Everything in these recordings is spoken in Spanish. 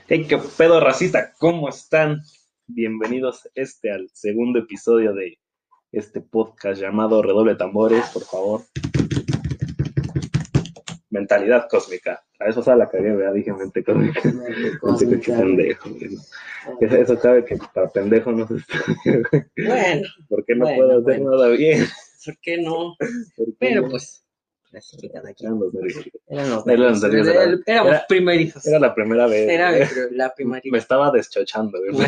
Hey, qué pedo racista, ¿cómo están? Bienvenidos al segundo episodio de este podcast llamado Redoble de Tambores, por favor. Mentalidad cósmica. A eso sale la cagué, ¿verdad? Dije mente cósmica. Mente que pendejo. Eso cabe que para pendejo no se está. Bueno, ¿Por qué no puedo hacer nada bien? ¿por qué no? ¿Por qué Pero no? pues, así que cada quien. Eran los nervios. Eran los Eran los nervios. nervios. Éramos primerizos. Era la primera vez. Era la Me primaria. estaba deschochando, güey.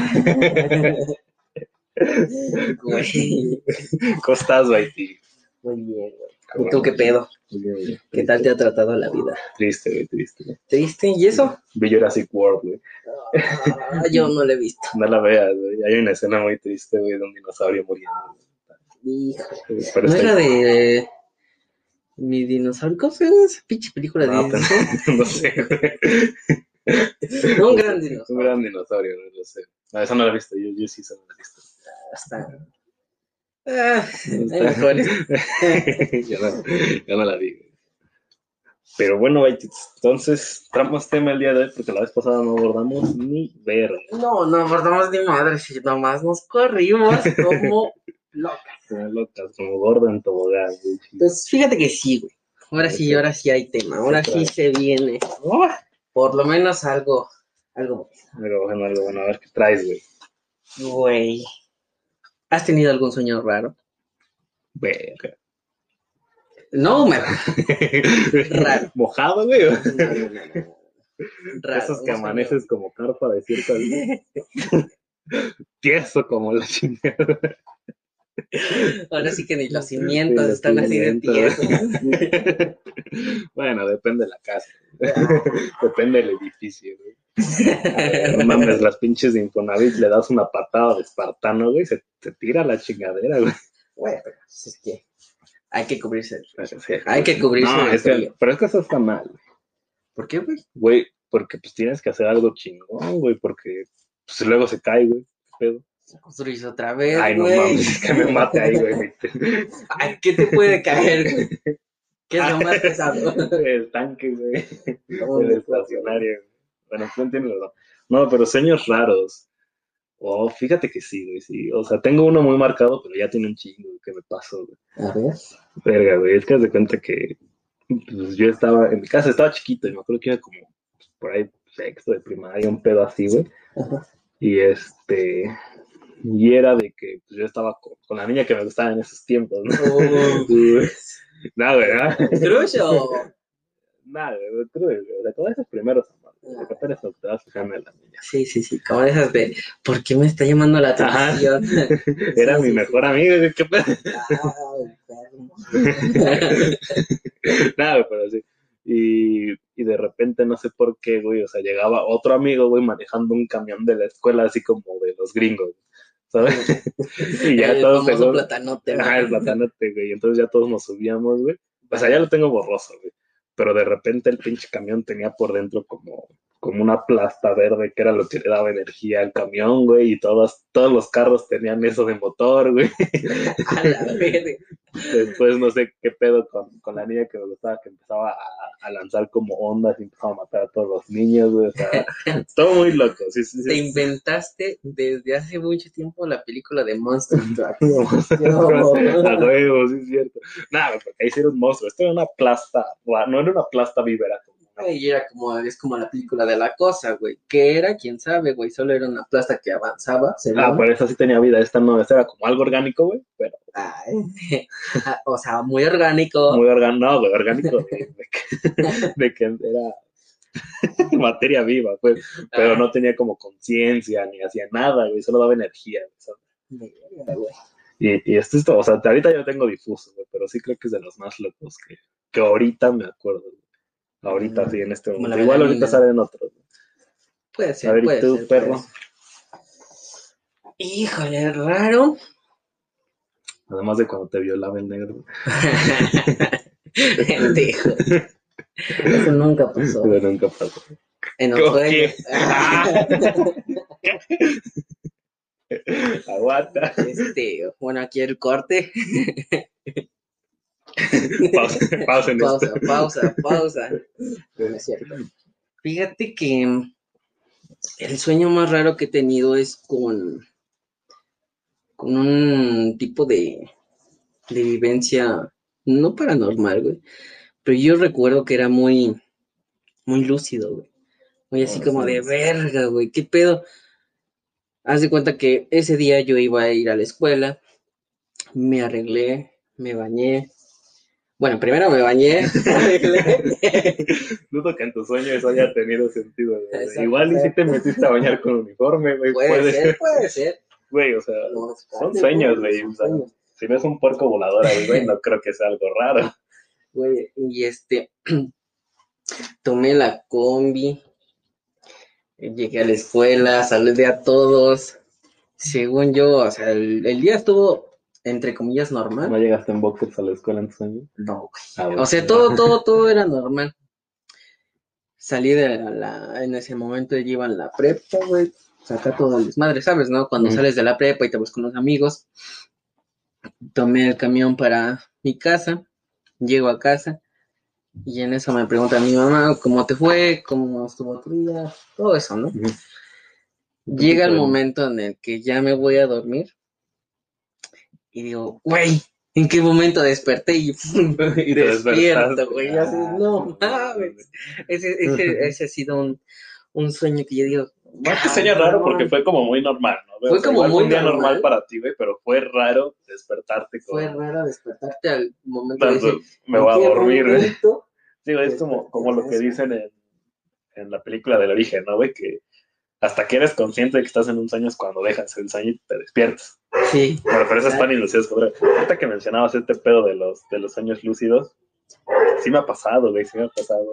Güey. ¿Cómo estás, Baiti? Muy bien, güey. ¿Y tú qué pedo? Bien. ¿Qué tal te ha tratado la vida? Triste, güey, triste. ¿Triste? ¿Y eso? Vi Jurassic World, güey. Yo no lo he visto. No la veas, güey. Hay una escena muy triste, güey, de un dinosaurio muriendo. Hijo. Pero ¿No está era de mi dinosaurio? ¿Cómo se llama esa pinche película de no sé, güey. Un gran dinosaurio. Un gran dinosaurio, güey, lo sé. No, esa no la he visto, yo sí esa no la he visto. Está. Hay mejores. yo no la vi, güey. Pero bueno, entonces, traemos tema el día de hoy porque la vez pasada no abordamos ni verga. No abordamos ni madre, si nomás nos corrimos como locas. Como locas, como gordo en tobogán, güey. Pues fíjate que sí, güey. Ahora sí hay tema, ahora sí se viene. Por lo menos algo. Algo bueno, a ver qué traes, güey. Güey. ¿Has tenido algún sueño raro? Verga. No, raro. ¿Mojado, güey? No. Raro. Esos que amaneces como carpa de cierta vida. Tieso como la chingada. Ahora sí que ni los cimientos sí, están así de tiesos. Bueno, depende de la casa. Depende del edificio, güey. No mames, las pinches de Infonavit le das una patada de espartano, güey, se tira la chingadera, güey. Güey, pero es que hay que cubrirse. Sí, hay que cubrirse. No, pero es que eso está mal. ¿Por qué, güey? Güey, porque pues tienes que hacer algo chingón, güey, porque pues luego se cae, güey. ¿Qué pedo? Se construyes otra vez, ay, no mames, que me mate ahí, güey. Ay, ¿qué te puede caer, güey? ¿Qué es lo más pesado? El tanque, güey. El estacionario. Bueno, tú entiendes, ¿no? No, pero sueños raros. Oh, fíjate que sí, güey, sí. O sea, tengo uno muy marcado, pero ya tiene un chingo que me pasó, güey. A ver. Verga, güey, es que haz de cuenta que pues, yo estaba en mi casa, estaba chiquito y me acuerdo que era como pues, por ahí sexto de primaria, un pedo así, güey. Ajá. Y y era de que pues, yo estaba con la niña que me gustaba en esos tiempos, ¿no? Nada, güey, ¿verdad? ¿Trucho? Nada, güey, de todos esos primeros amores, de repente te vas fijando en la niña. Sí, como esas de, ¿por qué me está llamando la atención? Era mi mejor amigo, güey, qué pedo. Nada, pero sí. Y de repente, no sé por qué, güey, o sea, llegaba otro amigo, güey, manejando un camión de la escuela, así como de los gringos, ¿sabes? Y ya el todos famoso platanote. El platanote, güey. Entonces ya todos nos subíamos, güey. O sea, ya lo tengo borroso, güey. Pero de repente el pinche camión tenía por dentro como una plasta verde que era lo que le daba energía al camión, güey. Y todos los carros tenían eso de motor, güey. A la verga. Después no sé qué pedo con la niña que me gustaba, que empezaba a lanzar como ondas y empezaba a matar a todos los niños, güey. O sea, todo muy loco. Sí. Te inventaste desde hace mucho tiempo la película de Monster Truck. A huevo, sí es cierto. Nada, porque ahí sí era un monstruo. Esto era una plasta, no era una plasta vívera. Y era es como la película de La Cosa, güey. ¿Qué era? ¿Quién sabe, güey? Solo era una plasta que avanzaba. Pero esa sí tenía vida. Esta no, esta era como algo orgánico, güey. Pero... o sea, muy orgánico. Muy orgánico, no, güey, orgánico de que era materia viva, pues. Pero no tenía como conciencia, ni hacía nada, güey. Solo daba energía, güey. Y esto, o sea, ahorita yo tengo difuso, güey, pero sí creo que es de los más locos que ahorita me acuerdo, güey. Ahorita, sí, en este momento. Igual ahorita salen otros. Puede ser. A ver, ¿y tú, perro? Híjole, raro. Además de cuando te violaba el negro. Pendejo. Eso nunca pasó. Eso nunca pasó. En los sueños. Aguanta. Bueno, aquí el corte. Pausa. No es cierto. Fíjate que El sueño más raro que he tenido es con un tipo de vivencia no paranormal, güey. Pero yo recuerdo que era muy lúcido, güey. Muy así como de verga, güey. ¿Qué pedo? Haz de cuenta que ese día yo iba a ir a la escuela, me arreglé, me bañé. Bueno, primero me bañé, me arreglé. Dudo que en tu sueño eso haya tenido sentido, güey. Exacto, Igual y si te metiste a bañar con uniforme, güey. puede ser. Güey, o sea, No, son sueños, güey. O sea, si ves un puerco volador ahí, güey, no creo que sea algo raro. Güey, y tomé la combi, llegué a la escuela, saludé a todos. Según yo, o sea, el día estuvo, entre comillas, normal. ¿No llegaste en boxers a la escuela en tu sueño? No, Ah, güey. O sea, todo era normal. Salí en ese momento yo iba en la prepa, güey. Saca todo el desmadre, ¿sabes, no? Cuando sales de la prepa y te vas con los amigos. Tomé el camión para mi casa, llego a casa y en eso me pregunta mi mamá cómo te fue, cómo estuvo tu día, todo eso, ¿no? Llega el momento en el que ya me voy a dormir y digo, güey, ¿en qué momento desperté? Y despierto, güey. Así, no mames. Ese ha sido un sueño que yo digo. Qué sueño raro porque fue como muy normal, ¿no? Fue como muy un día normal para ti, güey, pero fue raro despertarte. Fue raro despertarte al momento de decir, decir, me voy a dormir, güey. Sí, güey, es Desperté, como lo que dicen en la película del origen, ¿no, güey? Que hasta que eres consciente de que estás en un sueño es cuando dejas el sueño y te despiertas. Sí. Bueno, pero eso es tan ilusioso, güey. Ahorita que mencionabas este pedo de los sueños lúcidos, sí me ha pasado, güey, sí me ha pasado,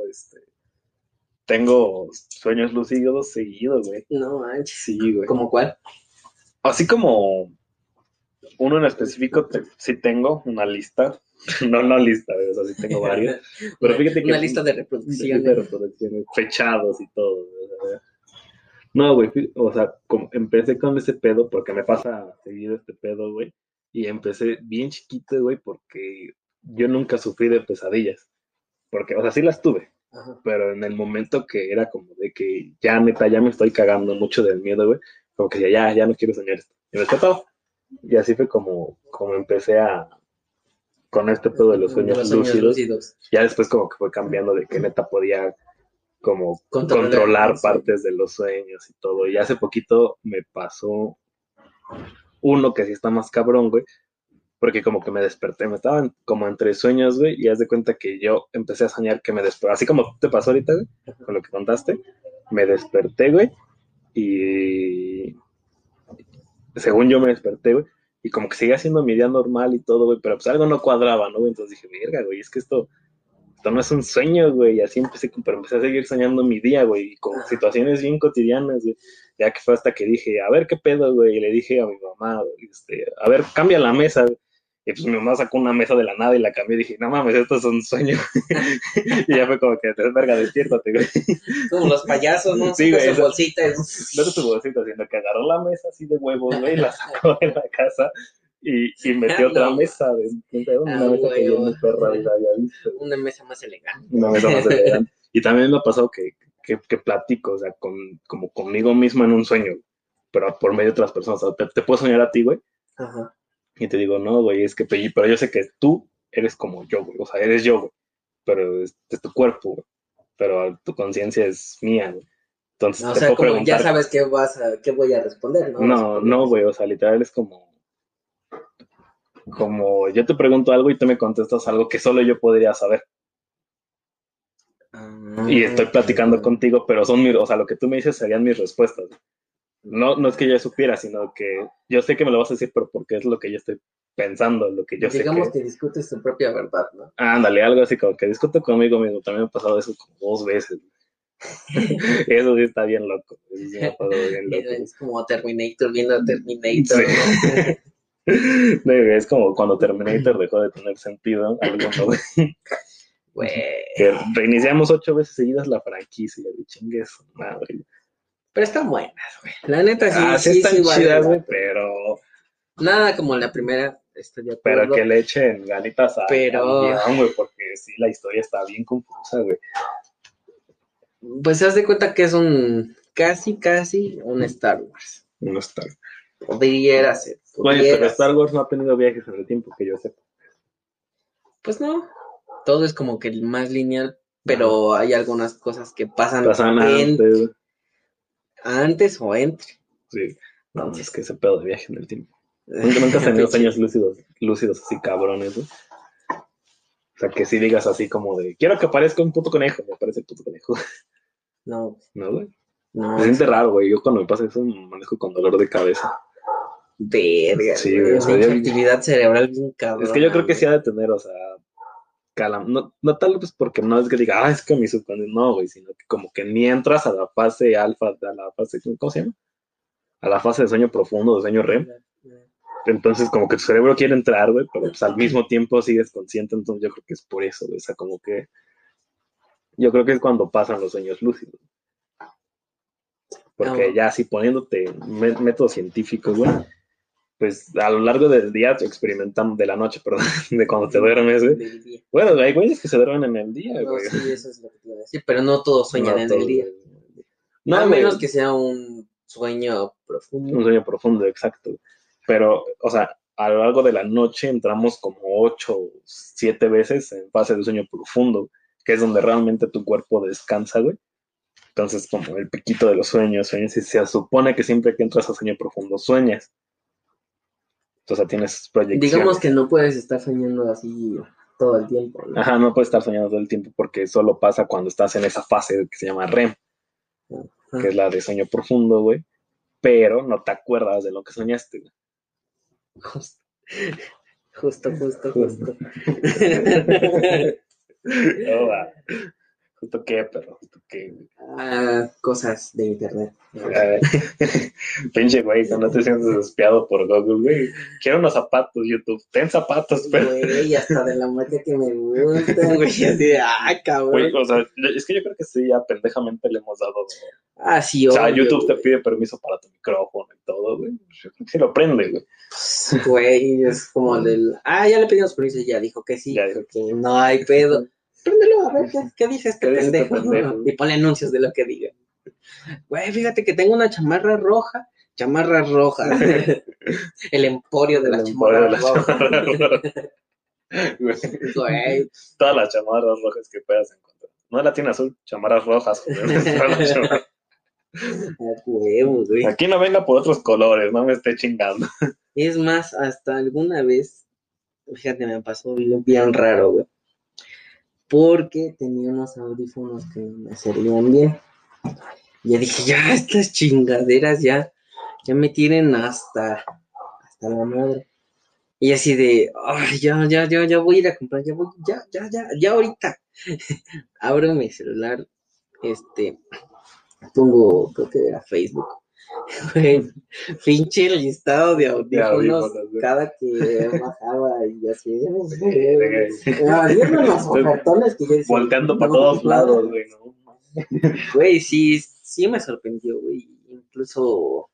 tengo sueños lúcidos seguidos, güey. No manches. Sí, güey. ¿Cómo cuál? Así como uno en específico, sí tengo una lista. No lista, güey, o sea, sí tengo varios. Pero fíjate que. Una lista de reproducciones. De reproducciones, fechados y todo, güey. No, güey, o sea, como empecé con ese pedo porque me pasa seguido este pedo, güey. Y empecé bien chiquito, güey, porque yo nunca sufrí de pesadillas. Porque, o sea, sí las tuve. Ajá. Pero en el momento que era como de que ya neta, ya me estoy cagando mucho del miedo, güey. Como que ya no quiero soñar esto. Y me despertaba. Y así fue como empecé con este pedo de los sueños lúcidos. Ya después como que fue cambiando de que neta podía como controlar partes de los sueños y todo. Y hace poquito me pasó uno que sí está más cabrón, güey, porque como que me desperté, me estaban como entre sueños, güey, y haz de cuenta que yo empecé a soñar que me desperté, así como te pasó ahorita, güey, con lo que contaste, me desperté, güey, y según yo me desperté, güey, y como que seguía haciendo mi día normal y todo, güey, pero pues algo no cuadraba, ¿no? Entonces dije, verga, güey, es que esto no es un sueño, güey, y así pero empecé a seguir soñando mi día, güey, con situaciones bien cotidianas, güey, ya que fue hasta que dije, a ver qué pedo, güey, y le dije a mi mamá, a ver, cambia la mesa, güey. Y pues mi mamá sacó una mesa de la nada y la cambió y dije, no mames, esto es un sueño. Y ya fue como que, verga, despiértate, güey. Como los payasos, ¿no? Sí, güey. Su bolsita. No es su bolsita, sino que agarró la mesa así de huevos, güey, y la sacó de la casa. Y metió otra mesa, una mesa que yo en mi perra vida había visto. Una mesa más elegante. Una mesa más elegante. Y también me ha pasado que platico, o sea, como conmigo mismo en un sueño, pero por medio de otras personas. O sea, te puedo soñar a ti, güey. Ajá. Y te digo, no, güey, es que, pero yo sé que tú eres como yo, güey. O sea, eres yo, güey. Pero es tu cuerpo, güey. Pero tu conciencia es mía, güey. Entonces, o sea, como preguntar, ya sabes qué voy a responder, ¿no? No, güey, o sea, literal es como yo te pregunto algo y tú me contestas algo que solo yo podría saber. Y estoy platicando contigo, pero o sea, lo que tú me dices serían mis respuestas. No es que yo supiera, sino que yo sé que me lo vas a decir, pero porque es lo que yo estoy pensando, lo que yo sé. Digamos que discutes tu propia verdad, ¿no? Ándale, algo así como que discuto conmigo mismo. También me ha pasado eso como 2 veces. Eso sí está bien loco. Eso sí me ha pasado bien loco. Es como Terminator viendo a Terminator. Sí. ¿No? Es como cuando Terminator dejó de tener sentido alguno, güey. Que reiniciamos 8 veces seguidas la franquicia, de chingues, madre. Pero están buenas, güey. La neta sí están chidas, güey, pero nada como la primera, estoy de acuerdo. Pero que le echen ganitas al guión, güey, porque sí, la historia está bien confusa, güey. Pues se das de cuenta que es un casi un Star Wars. Un Star Wars. Pudiera ser. Oye, pero Star Wars no ha tenido viajes en el tiempo, que yo sepa. Pues no, todo es como que más lineal, pero hay algunas cosas que pasan antes o entre. Sí, no, es que ese pedo de viaje en el tiempo. Nunca has tenido sueños lúcidos así cabrones, ¿no? O sea, que si digas así como de, quiero que aparezca un puto conejo, me aparece el puto conejo. No. ¿No, güey? No. Se siente raro, güey. Yo cuando me pasa eso me manejo con dolor de cabeza. Verga, sí, güey. Actividad cerebral bien cabrón. Es que yo creo que sí ha de tener, o sea, no tal vez porque no es que diga, es que mi subconsciente, no, güey, sino que como que ni entras a la fase alfa, a la fase, ¿cómo se llama? A la fase de sueño profundo, de sueño REM. Entonces como que tu cerebro quiere entrar, güey, pero pues al mismo tiempo sigues consciente, entonces yo creo que es por eso, güey. O sea, como que yo creo que es cuando pasan los sueños lúcidos. Porque ya así poniéndote métodos científicos, güey, pues a lo largo del día experimentan, de la noche, perdón, de cuando te duermes, güey. Bueno, hay güeyes que se duermen en el día, güey. Sí, eso es lo que te iba a decir, pero no todos sueñan en el día. No, a menos que sea un sueño profundo. Un sueño profundo, exacto. Pero, o sea, a lo largo de la noche entramos como 8 o 7 veces en fase de sueño profundo, que es donde realmente tu cuerpo descansa, güey. Entonces, como el piquito de los sueños, y se supone que siempre que entras a sueño profundo sueñas. Entonces tienes proyecciones. Digamos que no puedes estar soñando así todo el tiempo, ¿no? Ajá, no puedes estar soñando todo el tiempo porque solo pasa cuando estás en esa fase que se llama REM, que es la de sueño profundo, güey. Pero no te acuerdas de lo que soñaste, güey. Justo. Oh, va. ¿Justo qué, perro? ¿Justo qué? Cosas de internet. Pinche güey, cuando te sientes espiado por Google, güey. Quiero unos zapatos, YouTube. Ten zapatos, pero. Güey, hasta de la marca que me gusta, güey. Así de, cabrón. Güey, o sea, es que yo creo que sí, ya pendejamente le hemos dado. Sí, o sea, obvio, YouTube te pide permiso para tu micrófono y todo, güey. Yo creo que sí lo prende, güey. Güey, es como del. Ya le pedimos permiso y ya dijo que sí. Ya dijo que no hay pedo. Préndelo, a ver, ¿qué dice este pendejo? Y ponle anuncios de lo que diga. Güey, fíjate que tengo una chamarra roja. El emporio de la chamarra roja. Güey. Todas las chamarras rojas que puedas encontrar. No la tiene azul, chamarras rojas, joder. Huevo, güey. Aquí no venga por otros colores, no me esté chingando. Es más, hasta alguna vez, fíjate, me pasó bien raro, güey. Porque tenía unos audífonos que no me servían bien. Y dije, ya, estas chingaderas ya me tienen hasta la madre. Y así de, ya voy a ir a comprar, ya ahorita. Abro mi celular, pongo, creo que era Facebook. Pinche listado de audífonos cada que bajaba y así. Viendo los ofertones que yo decía. Volteando para todos lados, güey, ¿no? Güey, sí me sorprendió, güey. Incluso,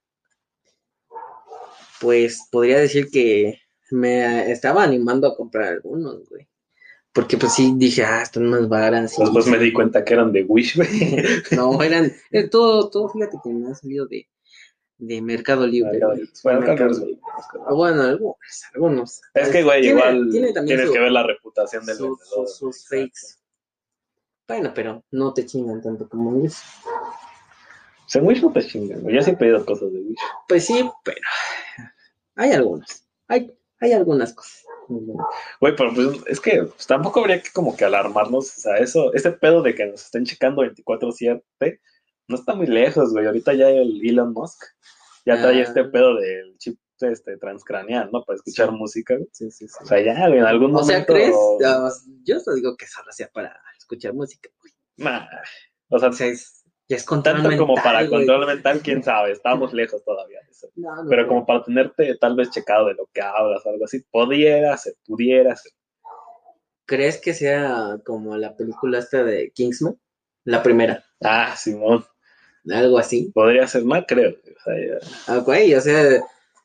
pues, podría decir que me estaba animando a comprar algunos, güey. Porque pues sí, dije, están más baratas. Después me di cuenta que eran de Wish, güey. No, eran, todo, fíjate que me ha salido de Mercado Libre. Bueno, algunos. Es que, güey, igual tienes que ver la reputación del vendedor. Sus fakes. Bueno, pero no te chingan tanto como Wish. O sea, Wish no te chingan, güey. Yo sí he pedido cosas de Wish. Pues sí, pero hay algunas. Hay algunas cosas. Güey, pero pues es que pues, tampoco habría que como que alarmarnos. O sea, ese pedo de que nos estén checando 24/7 no está muy lejos, güey. Ahorita ya el Elon Musk ya trae este pedo del chip transcraneal, ¿no? Para escuchar música. Sí. O sea, ya, güey, en algún momento. O sea, ¿crees? Yo te digo que solo sea para escuchar música, güey. O sea, ya es control tanto mental, como para güey. Control mental, quién sabe, estamos lejos todavía de eso. No, pero como para tenerte tal vez checado de lo que hablas o algo así, pudiera ser. ¿Crees que sea como la película esta de Kingsman? La primera. Simón. Algo así. Podría ser más, creo. O sea, güey, o sea,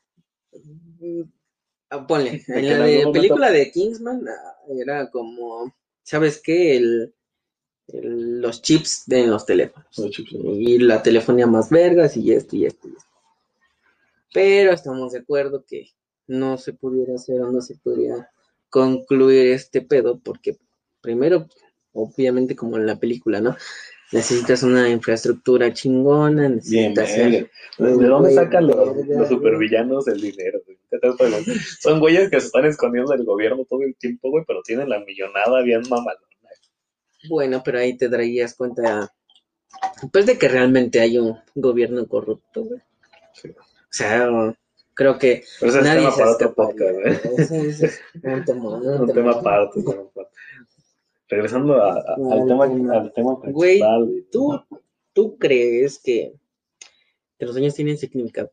ponle, en la película de Kingsman era como, ¿sabes qué? los chips de los teléfonos. Los chips. Y la telefonía más vergas y esto y esto y esto. Pero estamos de acuerdo que no se pudiera hacer o no se podría concluir este pedo porque primero, obviamente como en la película, ¿no? Necesitas una infraestructura chingona, Bien, necesitas verga. ¿De dónde sacan los supervillanos el dinero, güey? Son güeyes que se están escondiendo del gobierno todo el tiempo, güey, pero tienen la millonada bien mamalona. Bueno, pero ahí te darías cuenta, pues, de que realmente hay un gobierno corrupto, güey. Sí. O sea, creo que Pero ese es nadie tema se para otro escaparía. podcast, güey. Ese es un tema, Un tema aparte, un tema aparte. Regresando al tema Güey, principal. ¿tú crees que los sueños tienen significado?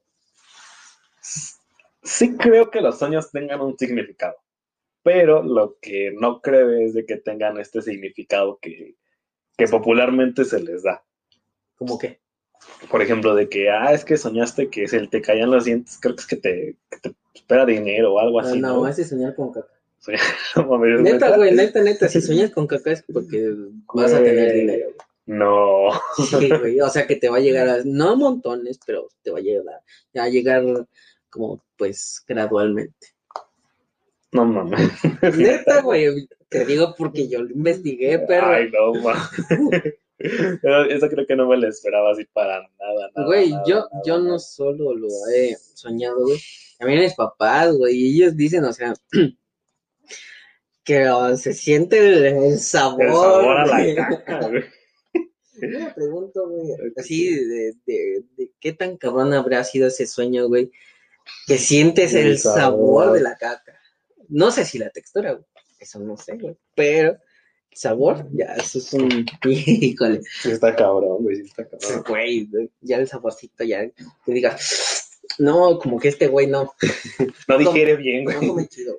Sí creo que los sueños tengan un significado, pero lo que no creo es de que tengan este significado que popularmente se les da. ¿Cómo qué? Por ejemplo, de que, es que soñaste que se te caían los dientes, creo que es que te espera dinero o algo así, ¿no? No, ese es soñar con caca. No mames, Neta, güey, neta, si sueñas con caca es porque vas a tener dinero. No. Sí, güey, o sea que te va a llegar no a montones, pero te va a llegar como, pues, gradualmente. No mames. Neta, güey, te digo porque yo lo investigué, perro. Ay, no mames. Eso creo que no me lo esperaba así para nada. Güey, yo no solo lo he soñado, güey. También mis papás, güey, y ellos dicen, o sea, que se siente el sabor. El sabor a güey. la caca, güey. Yo me pregunto, güey, así de qué tan cabrón habrá sido ese sueño, güey, que sientes el sabor de la caca. No sé si la textura, güey, eso no sé, güey, pero sabor, ya, eso es un... Híjole. Sí está cabrón, güey, sí está cabrón. Güey, ya el saborcito, ya, que digas, no, como que este güey no. No digiere bien, güey. No come chido.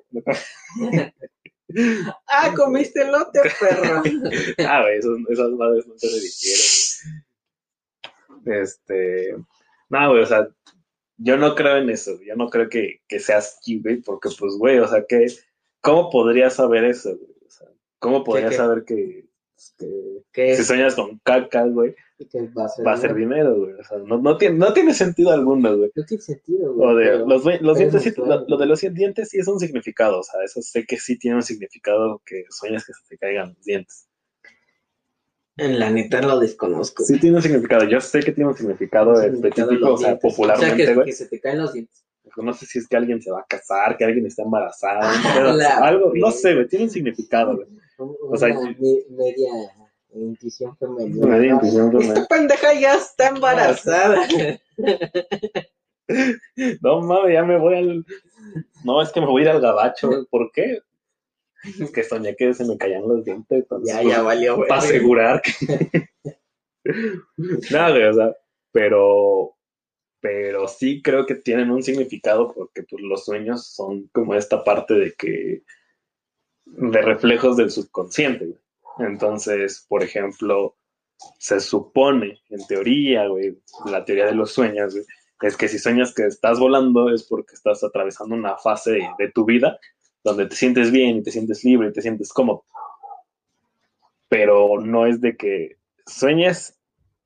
Comiste elote, perro. Güey, esas madres no se digieren, güey. No, güey, o sea, yo no creo en eso, yo no creo que sea así, güey, porque pues, güey, o sea, ¿cómo podrías saber eso, güey? O sea, ¿cómo podrías saber que si sueñas con caca, güey, va a ser dinero, güey? O sea, no tiene sentido alguno, güey. No tiene sentido, güey. O de los dientes, sí, lo de los dientes sí es un significado, o sea, eso sé que sí tiene un significado que sueñas que se te caigan los dientes. En la neta lo desconozco. Sí tiene un significado, yo sé que tiene un significado específico, o sea, popularmente, güey. Que se te caen los dientes. No sé si es que alguien se va a casar, que alguien está embarazado, algo, no sé, güey, tiene un significado, güey. O sea, media intuición femenina. Media intuición femenina. Esta pendeja ya está embarazada. No mames, ya me voy No, es que me voy a ir al gabacho, güey. ¿Por qué? Es que soñé que se me caían los dientes. Entonces, ya valió, güey. Para asegurar que... Nada, güey, o sea, pero sí creo que tienen un significado porque pues, los sueños son como esta parte de reflejos del subconsciente, güey. Entonces, por ejemplo, se supone, en teoría, güey, la teoría de los sueños, güey, es que si sueñas que estás volando es porque estás atravesando una fase de tu vida donde te sientes bien y te sientes libre y te sientes cómodo. Pero no es de que sueñes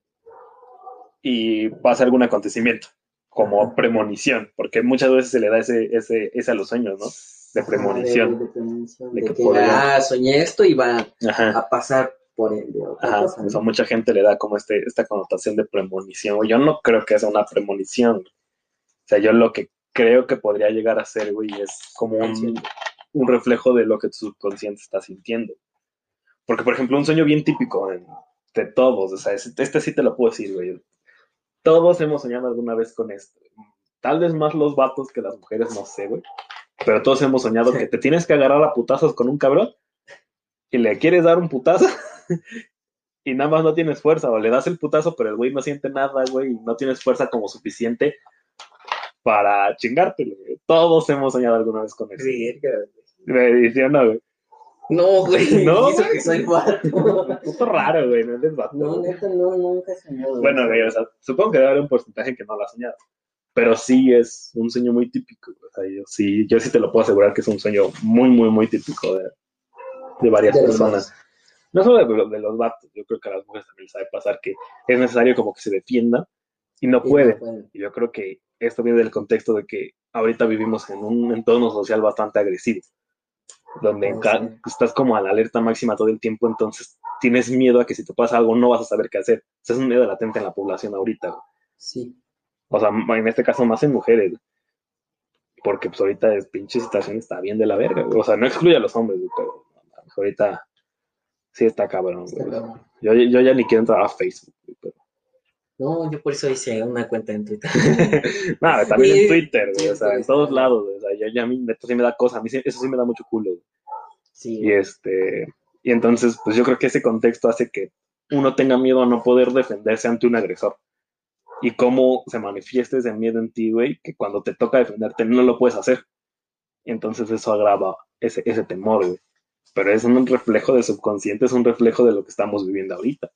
y pasa algún acontecimiento, como premonición, porque muchas veces se le da ese a los sueños, ¿no? De premonición. De que soñé esto y va a pasar por ende. Cosa, ¿no? O sea, mucha gente le da como esta connotación de premonición. Yo no creo que sea una premonición. O sea, yo lo que creo que podría llegar a ser, güey, es como un reflejo de lo que tu subconsciente está sintiendo. Porque, por ejemplo, un sueño bien típico de todos, o sea, este sí te lo puedo decir, güey. Todos hemos soñado alguna vez con esto. Tal vez más los vatos que las mujeres, no sé, güey. Pero todos hemos soñado que te tienes que agarrar a putazos con un cabrón y le quieres dar un putazo y nada más no tienes fuerza, o le das el putazo, pero el güey no siente nada, güey, y no tienes fuerza como suficiente para chingártelo, güey. Todos hemos soñado alguna vez con eso. Me dice, no, güey. No, güey. No, güey. Que soy vato. Puto raro, güey, no eres vato. No, neta, no, nunca he soñado. Bueno, güey, o sea, supongo que debe haber un porcentaje que no lo ha soñado. Pero sí es un sueño muy típico. O sea, yo sí te lo puedo asegurar que es un sueño muy, muy, muy típico de varias personas. No solo de los vatos, yo creo que a las mujeres también les sabe pasar que es necesario como que se defiendan y no Sí, no pueden. pueden. Y yo creo que esto viene del contexto de que ahorita vivimos en un entorno social bastante agresivo, donde Puede ser. estás como a la alerta máxima todo el tiempo, entonces tienes miedo a que si te pasa algo no vas a saber qué hacer. O sea, es un miedo latente en la población ahorita, güey. Sí. O sea, en este caso más en mujeres, porque pues ahorita es pinche situación está bien de la verga, güey. O sea, no excluye a los hombres, güey, pero ahorita sí está cabrón, Está güey. cabrón. Yo ya ni quiero entrar a Facebook, güey, pero... No, yo por eso hice una cuenta en Twitter. Nada, también en Y Twitter, güey, o sea, Twitter en está, todos lados, güey. O sea, ya a mí esto sí me da cosa, a mí eso sí me da mucho culo, güey. sí, Y güey. y entonces, pues yo creo que ese contexto hace que uno tenga miedo a no poder defenderse ante un agresor. Y cómo se manifiesta ese miedo en ti, güey, que cuando te toca defenderte no lo puedes hacer. Entonces eso agrava ese temor, güey. Pero es un reflejo de subconsciente, es un reflejo de lo que estamos viviendo ahorita.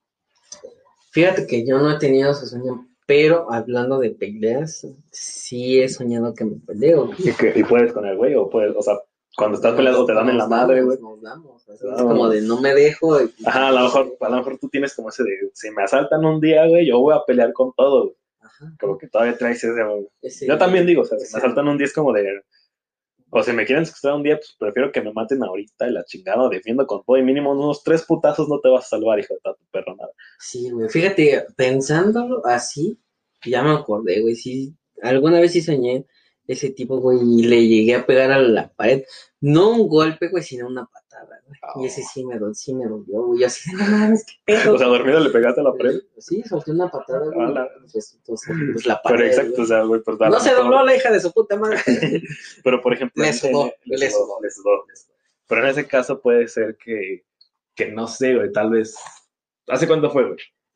Fíjate que yo no he tenido ese sueño, pero hablando de peleas, sí he soñado que me peleo, güey. Y puedes con el güey, o sea, cuando estás peleando te dan en la madre, güey. Nos damos, así es como No. de no me dejo. Ajá, a lo mejor tú tienes como ese de, si me asaltan un día, güey, yo voy a pelear con todo, güey. Ajá, Como que todavía traes ese, güey. Yo ese, también digo, o sea, si me ese, asaltan un día es como de, o si me quieren secuestrar un día, pues prefiero que me maten ahorita y la chingada, defiendo con todo y mínimo unos 3 putazos no te vas a salvar, hijo de tu perro, nada. sí, güey. Fíjate, pensándolo así, ya me acordé, güey. Sí, alguna vez sí soñé ese tipo, güey, y le llegué a pegar a la pared. No un golpe, güey, sino una patada, güey. Y ese sí me dolió, güey. Yo así, no mames, qué O pedo. sea, dormido le pegaste a la pared. Sí, solté una patada, A güey. la- Pues, entonces, pues la Pero pared, exacto, o güey. sea, güey, pues a No lo se dobló mejor. la hija de su puta madre. Pero por ejemplo, Le sudó, le sudó. le sudó. Pero en ese caso puede ser que no sé, güey, tal vez. ¿Hace cuánto fue, güey?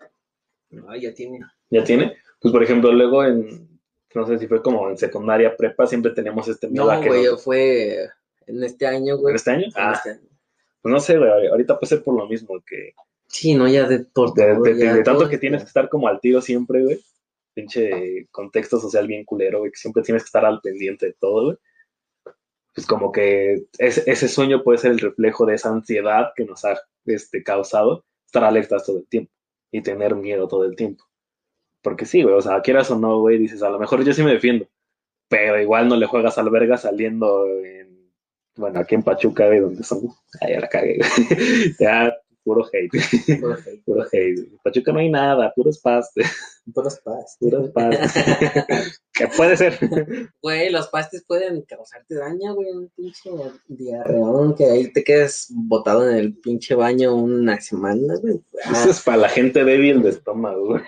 No, ya tiene. ¿Ya tiene? Pues por ejemplo, luego no sé si fue como en secundaria, prepa, siempre teníamos este miedo a No, que güey, nos... fue en este año, ¿En güey. este año? En Ah, este año. pues no sé, güey, ahorita puede ser por lo mismo, que Sí, no, ya de por todo, ya de tanto todo que tienes esto. que estar como al tiro siempre, güey, pinche contexto social bien culero, güey, que siempre tienes que estar al pendiente de todo, güey. Pues como que ese sueño puede ser el reflejo de esa ansiedad que nos ha causado estar alertas todo el tiempo y tener miedo todo el tiempo. Porque sí, güey, o sea, quieras o no, güey, dices, a lo mejor yo sí me defiendo, pero igual no le juegas al verga saliendo bueno, aquí en Pachuca, güey, donde son, ahí la cagué, güey. Ya, puro hate, Puro hate, puro puro hate. hate. En Pachuca no hay nada, puros pastes, Puros pastes. puros pastes. ¿Qué puede ser? Güey, los pastes pueden causarte daño, güey, un pinche diarreón que ahí te quedes botado en el pinche baño una semana, güey. Eso es para la gente débil de estómago, güey.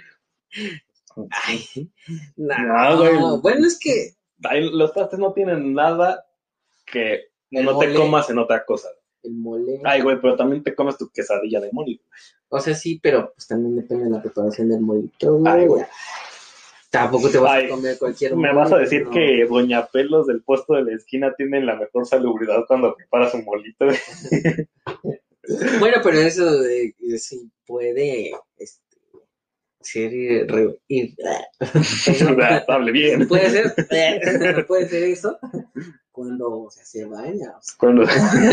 Ay, No, güey. no, bueno, es que Los pastes no tienen nada que el no te mole, comas en otra cosa. el mole, Ay, güey, pero también te comes tu quesadilla de mole. o sea, sí, pero pues también depende de la preparación del molito, Ay, güey. güey. Tampoco te vas a Ay, comer cualquier me mole, vas a pues, decir no. que Doña Pelos del puesto de la esquina tienen la mejor salubridad cuando prepara su molito. Bueno, pero eso sí puede ser Hable bien. puede ser eso cuando se baña. O sea. Cuando...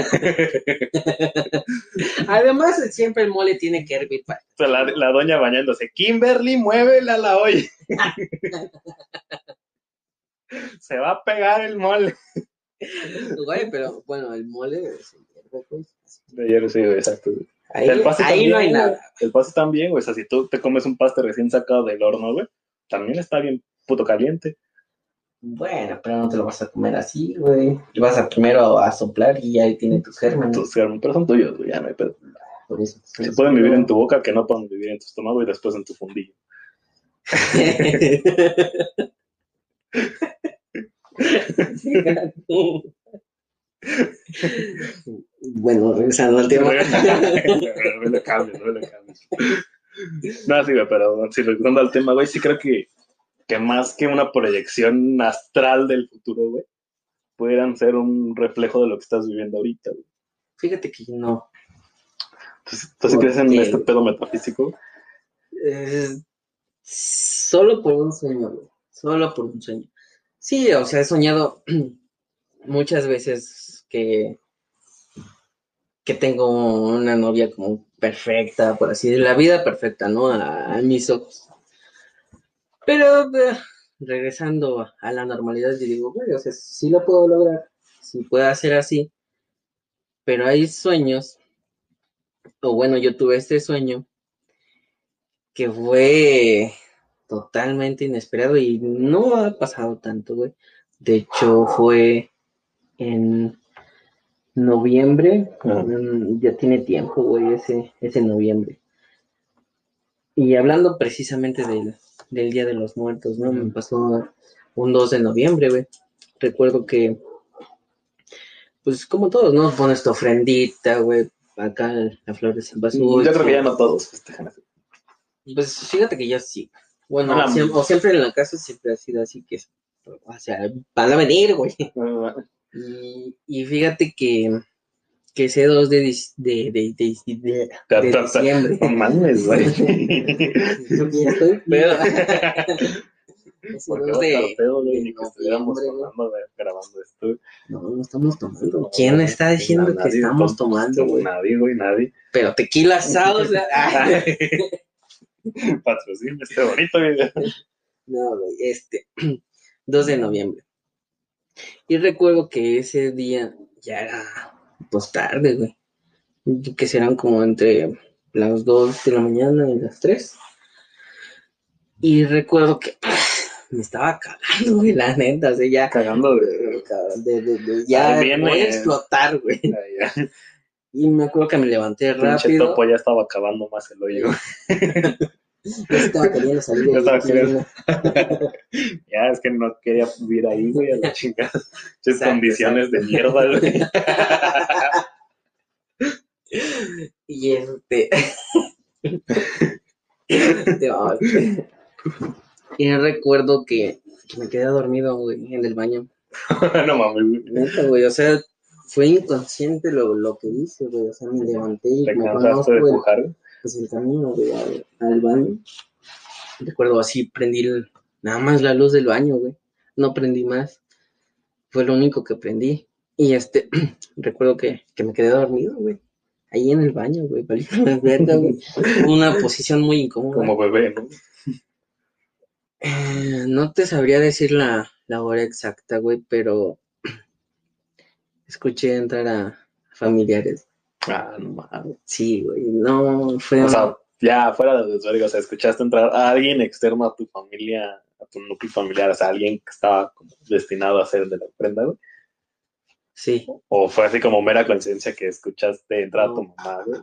Además, siempre el mole tiene que hervir para. O sea, la doña bañándose. Kimberly, muévela la olla. Se va a pegar el mole. Güey, pero bueno, el mole se hierve, pues. Ayer sí, exacto. Ahí, El paste ahí también, no hay güey. nada. El paste también, güey. O sea, si tú te comes un paste recién sacado del horno, güey, también está bien puto caliente. Bueno, pero no te lo vas a comer así, güey. Lo vas a primero a soplar y ahí tiene tus gérmenes. Pero son tuyos, güey, ya no hay pedo. Por eso. Se pueden vivir en tu boca, que no pueden vivir en tu estómago y después en tu fundillo. Bueno, regresando al tema. No lo cambies, no lo cambies. No, sí, güey, pero si regresando al tema, güey, sí creo que más que una proyección astral del futuro, güey, pudieran ser un reflejo de lo que estás viviendo ahorita, güey. Fíjate que no. Entonces, ¿tú sí crees en Porque este pedo metafísico? solo por un sueño, güey. Solo por un sueño. Sí, o sea, he soñado muchas veces que que tengo una novia como perfecta, por así decirlo, la vida perfecta, ¿no? A mis ojos. Pero regresando a la normalidad, yo digo, güey, o sea, sí lo puedo lograr, sí puedo hacer así, pero hay sueños, o bueno, yo tuve este sueño que fue totalmente inesperado y no ha pasado tanto, güey. De hecho, fue en noviembre, ya tiene tiempo, güey, ese noviembre. Y hablando precisamente del Día de los Muertos, ¿no? Me pasó un 2 de noviembre, güey. Recuerdo que, pues como todos, ¿no? Pones tu ofrendita, güey. Acá la flor de cempasúchil. Yo creo que ya no todos festejan así. Pues fíjate que ya sí. Bueno, Ah, o siempre en la casa siempre ha sido así que, o sea, van a venir, güey. Y fíjate que ese 2 de diciembre. No mames, güey. Creo que ya estoy pedo. Ese Porque 2 va a estar de pedo, güey, ni que estuviéramos noviembre, güey. tomando, güey, grabando esto. No estamos tomando. No, ¿Quién güey, está diciendo que nadie, estamos tomando, güey? Nadie, güey, nadie. Pero tequila asado, o sea, Patrocina este bonito video. no, güey, 2 de noviembre. Y recuerdo que ese día ya era, pues, tarde, güey. Que serán como entre las 2 de la mañana y las 3. Y recuerdo que me estaba cagando, güey, la neta, o sea, ya. Cagando ya viene, voy a explotar, güey. Ya. Y me acuerdo que me levanté Pinche rápido. topo ya estaba acabando más el hoyo. Ya estaba queriendo salir de Ya, es que no quería vivir ahí, güey, a la chingada. Muchas condiciones de mierda, güey. Y y recuerdo que me quedé dormido, güey, en el baño. No mames, güey. Neta, güey, o sea, fue inconsciente lo que hice, güey. O sea, me levanté y ¿Te me cansaste de pujar? Pues el camino, güey, al baño. Recuerdo así, prendí nada más la luz del baño, güey. No prendí más. Fue lo único que prendí. Y recuerdo que me quedé dormido, güey. Ahí en el baño, güey, verga, güey. Una posición muy incómoda. Como bebé, ¿no? No te sabría decir la hora exacta, güey, pero escuché entrar a familiares. Ah, no mames. Sí, güey, no fue. O sea, ya fuera de desvergo, o sea, escuchaste entrar a alguien externo a tu familia, a tu núcleo familiar, o sea, alguien que estaba como destinado a ser de la ofrenda, güey. Sí. O fue así como mera coincidencia que escuchaste entrar a tu mamá, güey.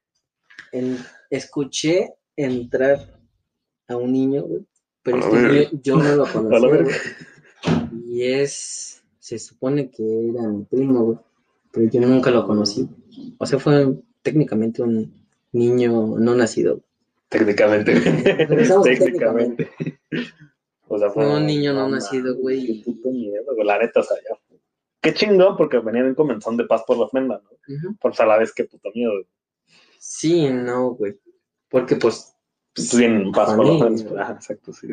Escuché entrar a un niño, güey, pero yo no lo conocía, güey. Y se supone que era mi primo, güey, pero yo nunca lo conocí. O sea, fue técnicamente un niño no nacido. Técnicamente. Técnicamente. O sea, fue un niño no nacido, güey. Qué puto miedo, güey. La neta, o sea, ya. Qué chingón, porque venían en comenzón de paz por la ofrenda, ¿no? Por a la vez, qué puto miedo, güey. Sí, no, güey. Porque, pues. Bien en paz por la ofrenda. Ajá, exacto, sí.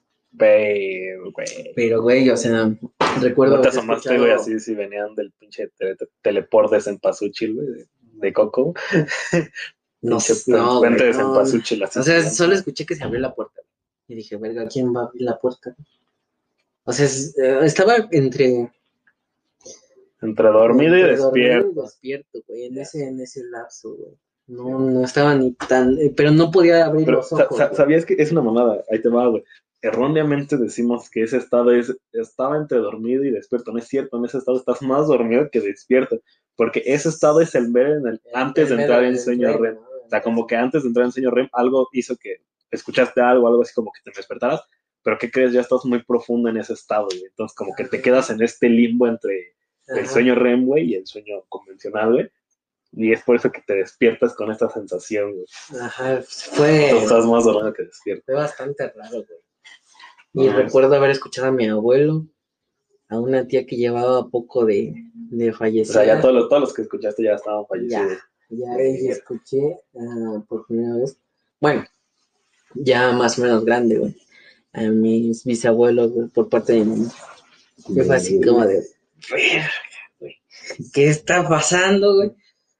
Pero, güey, o sea, recuerdo. ¿No te asomaste, güey, así si venían del pinche teleport de Cempasúchil, güey, de Coco? No, puente de Cempasúchil, así. O sea, solo escuché que se abrió la puerta. Y dije, verga, ¿quién va a abrir la puerta? O sea, estaba entre dormido y despierto. Despierto, güey, en ese lapso, güey. No estaba ni tan, pero no podía abrir los ojos. ¿Sabías que es una mamada? Ahí te va, güey. Erróneamente decimos que ese estado estaba entre dormido y despierto. No es cierto, en ese estado estás más dormido que despierto. Porque ese estado es el ver antes de entrar en sueño REM. O sea, como que antes de entrar en sueño REM, algo hizo que escuchaste algo así como que te despertaras. Pero ¿qué crees? Ya estás muy profundo en ese estado, güey. Entonces, como que te quedas en este limbo entre el sueño REM, güey, y el sueño convencional, güey. Y es por eso que te despiertas con esta sensación, güey. Ajá, fue. Tú estás más dormido que despierto. Fue bastante raro, güey. Y recuerdo haber escuchado a mi abuelo, a una tía que llevaba poco de fallecida. O sea, ya todos los que escuchaste ya estaban fallecidos. Ya escuché por primera vez. Bueno, ya más o menos grande, güey. A mis bisabuelos, güey, por parte de mi mamá. Fue así como de, verga, güey. ¿Qué está pasando, güey?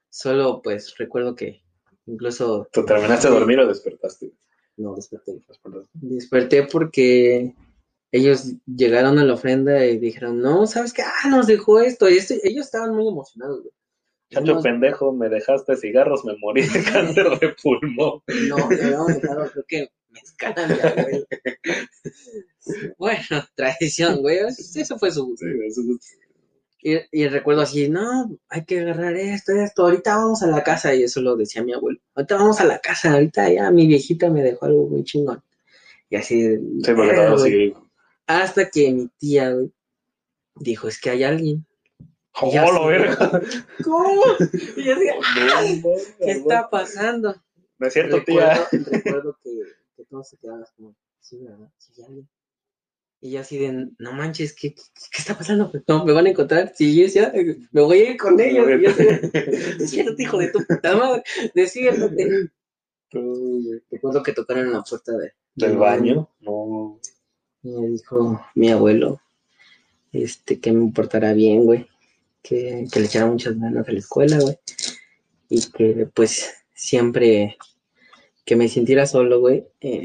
Solo, pues, recuerdo que incluso... ¿Tú terminaste de dormir o despertaste? No, desperté. Despertaste. Desperté porque ellos llegaron a la ofrenda y dijeron, no, ¿sabes qué? Ah, nos dejó esto. Y ellos estaban muy emocionados, güey. Chacho Nos- pendejo, me dejaste cigarros, me morí de cáncer de pulmón. No, le habíamos dejado, creo que mezcal a mi abuelo. Bueno, tradición, güey. Eso fue su gusto. Sí, eso es- Y recuerdo así, no, hay que agarrar esto, ahorita vamos a la casa, y eso lo decía mi abuelo, ahorita vamos a la casa, ahorita ya mi viejita me dejó algo muy chingón. Y así, sí, porque todavía güey. sigue. Hasta que mi tía, güey, dijo, es que hay alguien. Y yo ¡Oh, así, la verga! ¿cómo? Y yo así, ¡ah! No, ¿Qué está pasando? no es cierto, tía. Recuerdo que todos se quedaban como, sí, ¿verdad? Sí, hay alguien. Y yo así de, no manches, ¿qué está pasando? No, me van a encontrar. Sí, yo decía, me voy a ir con ellos. Y yo así de, despiértate, hijo de tu puta madre, despiértate. Recuerdo que tocaron en la puerta ¿Del baño? No. y me dijo mi abuelo, que me portara bien, güey, que le echara muchas ganas a la escuela, güey, y que pues siempre que me sintiera solo, güey,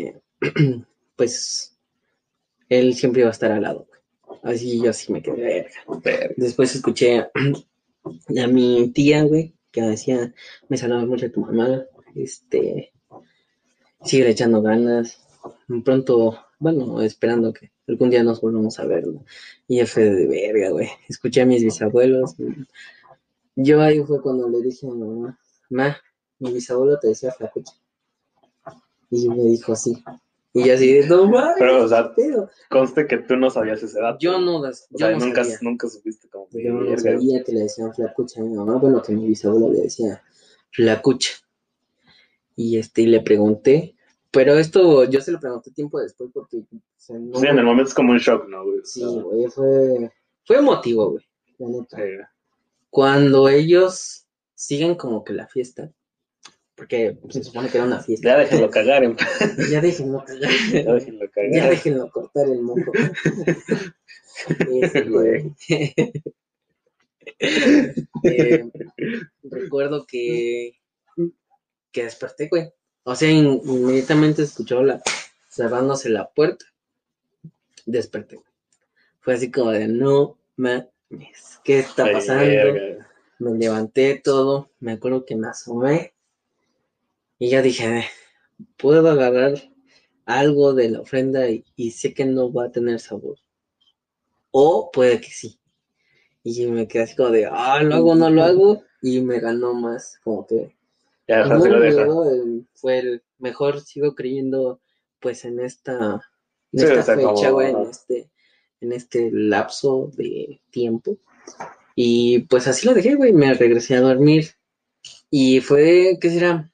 pues él siempre iba a estar al lado, güey. Así yo así me quedé verga. Después escuché a mi tía, güey, que decía, me saludaba mucho a tu mamá, sigue echando ganas, pronto, bueno, esperando que algún día nos volvamos a ver, ¿no? Y ya fue de verga, güey. Escuché a mis bisabuelos. Yo ahí fue cuando le dije a mi mamá, mi bisabuelo te decía flacucha. Y me dijo, sí. Y yo así, no mames. Pero, o sea, conste que tú no sabías esa edad. Yo no, o sea, no sabía. nunca supiste como Yo no sabía que le decían flacucha a mi mamá. Bueno, que mi bisabuelo le decía flacucha. Y le pregunté, pero esto yo se lo pregunté tiempo después porque... O sea, no, sí, en el momento es como un shock, ¿no, güey? Sí, güey, fue emotivo, güey, la neta. Sí. Cuando ellos siguen como que la fiesta, porque se supone que era una fiesta. Ya déjenlo cagar, Ya déjenlo cagar. Ya déjenlo cagar. Ya déjenlo cortar el moco. Güey. Recuerdo que desperté, güey. O sea, inmediatamente escuchó cerrándose la puerta. Desperté. Fue así como de, no mames, ¿qué está pasando? Verga. Me levanté todo, me acuerdo que me asomé y ya dije, puedo agarrar algo de la ofrenda y sé que no va a tener sabor. O puede que sí. Y me quedé así como de, lo hago, no lo hago. Y me ganó más, como que... Ya, no se lo me deja. ayudó, fue el mejor, sigo creyendo pues en esta Sí, fecha, como, güey, en este lapso de tiempo. Y pues así lo dejé, güey, me regresé a dormir. Y fue, ¿qué será?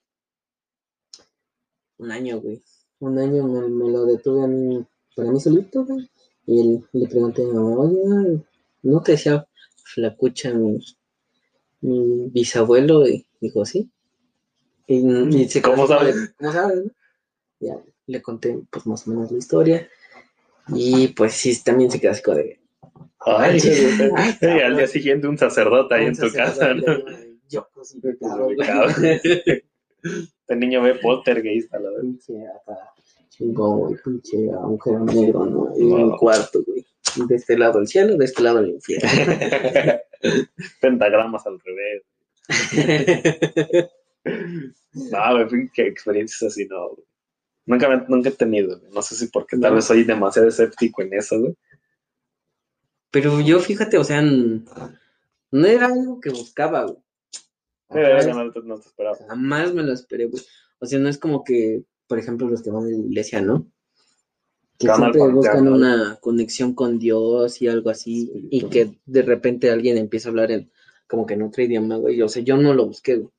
Un año, güey. Un año me lo detuve a mí, para mí solito, güey. Y le pregunté a mi mamá, oye, ¿no te decía flacucha mi bisabuelo? Y dijo, sí. Y se quedó ¿Cómo así como sabes? de, ¿cómo sabes? ¿No? Ya le conté, pues, más o menos la historia. Y pues sí, también se quedó así como de, Ay, ay, y al día siguiente un sacerdote ahí un en tu casa, sacerdote ¿no? ahí, yo crucificado, güey. Este niño ve poltergeist a la vez. Pinche acá, chingón, güey, pinche agujero negro, ¿no? Y un cuarto, güey. De este lado el cielo, de este lado el infierno. Pentagramas al revés. No, güey, qué experiencias así, no, güey. Nunca he tenido, güey. No sé si porque tal vez soy demasiado escéptico en eso, güey. Pero yo, fíjate, o sea, no era algo que buscaba, güey. No te esperaba. Jamás me lo esperé, güey. O sea, no es como que, por ejemplo, los que van a la iglesia, ¿no? Que siempre buscan una conexión con Dios y algo así, sí, y que de repente alguien empieza a hablar como que en otro idioma, güey. O sea, yo no lo busqué, güey.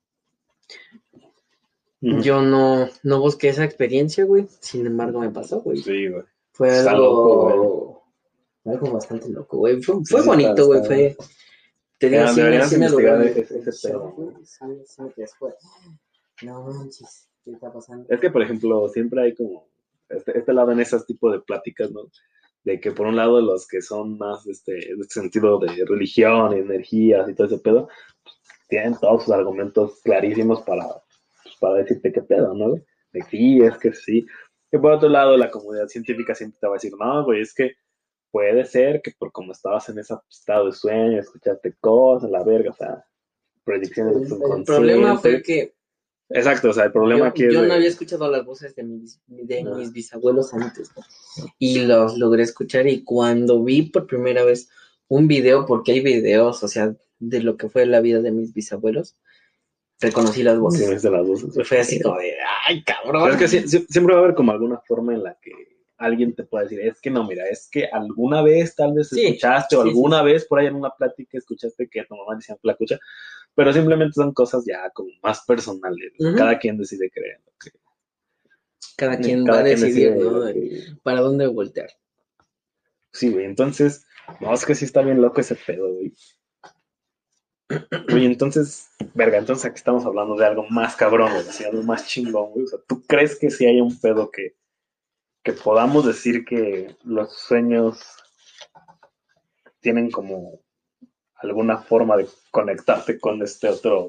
Yo no busqué esa experiencia, güey. Sin embargo, me pasó, güey. Sí, güey. Fue algo bastante loco, güey. Fue bonito, güey. Fue... Te digo, deberías sí me investigar duró ese pedo, güey. Sí me quedé después. No manches, ¿qué está pasando? Es que, por ejemplo, siempre hay como este lado en esos tipos de pláticas, ¿no? De que por un lado los que son más de este sentido de religión, energías y todo ese pedo, tienen todos sus argumentos clarísimos para decirte qué pedo, ¿no? De que sí, es que sí. Que por otro lado, la comunidad científica siempre te va a decir, no, güey, es que puede ser que por como estabas en ese estado de sueño, escuchaste cosas, la verga, o sea, predicciones de tu El problema fue inconsciente. que Exacto, o sea, el problema aquí es yo no había de... escuchado las voces de mis No. bisabuelos antes, ¿no? Y los logré escuchar y cuando vi por primera vez un video, porque hay videos, o sea, de lo que fue la vida de mis bisabuelos, reconocí las Sí, voces. es de las voces. Fue así como de, ay, Pero es cabrón. que siempre va a haber como alguna forma en la que alguien te pueda decir, es que no, mira, es que alguna vez tal vez Sí, escuchaste o sí, sí, alguna sí. vez por ahí en una plática escuchaste que tu mamá decía flacucha, pero simplemente son cosas ya como más personales. Ujú. Cada quien decide creer. Cada quien va a Cada quien decidir, decide ¿no? lo que... Para dónde voltear. Sí, güey, entonces, no, es que sí está bien loco ese pedo, güey. Güey, entonces, verga, entonces aquí estamos hablando de algo más cabrón, güey, así, algo más chingón, güey. O sea, ¿tú crees que sí hay un pedo que podamos decir que los sueños tienen como alguna forma de conectarte con este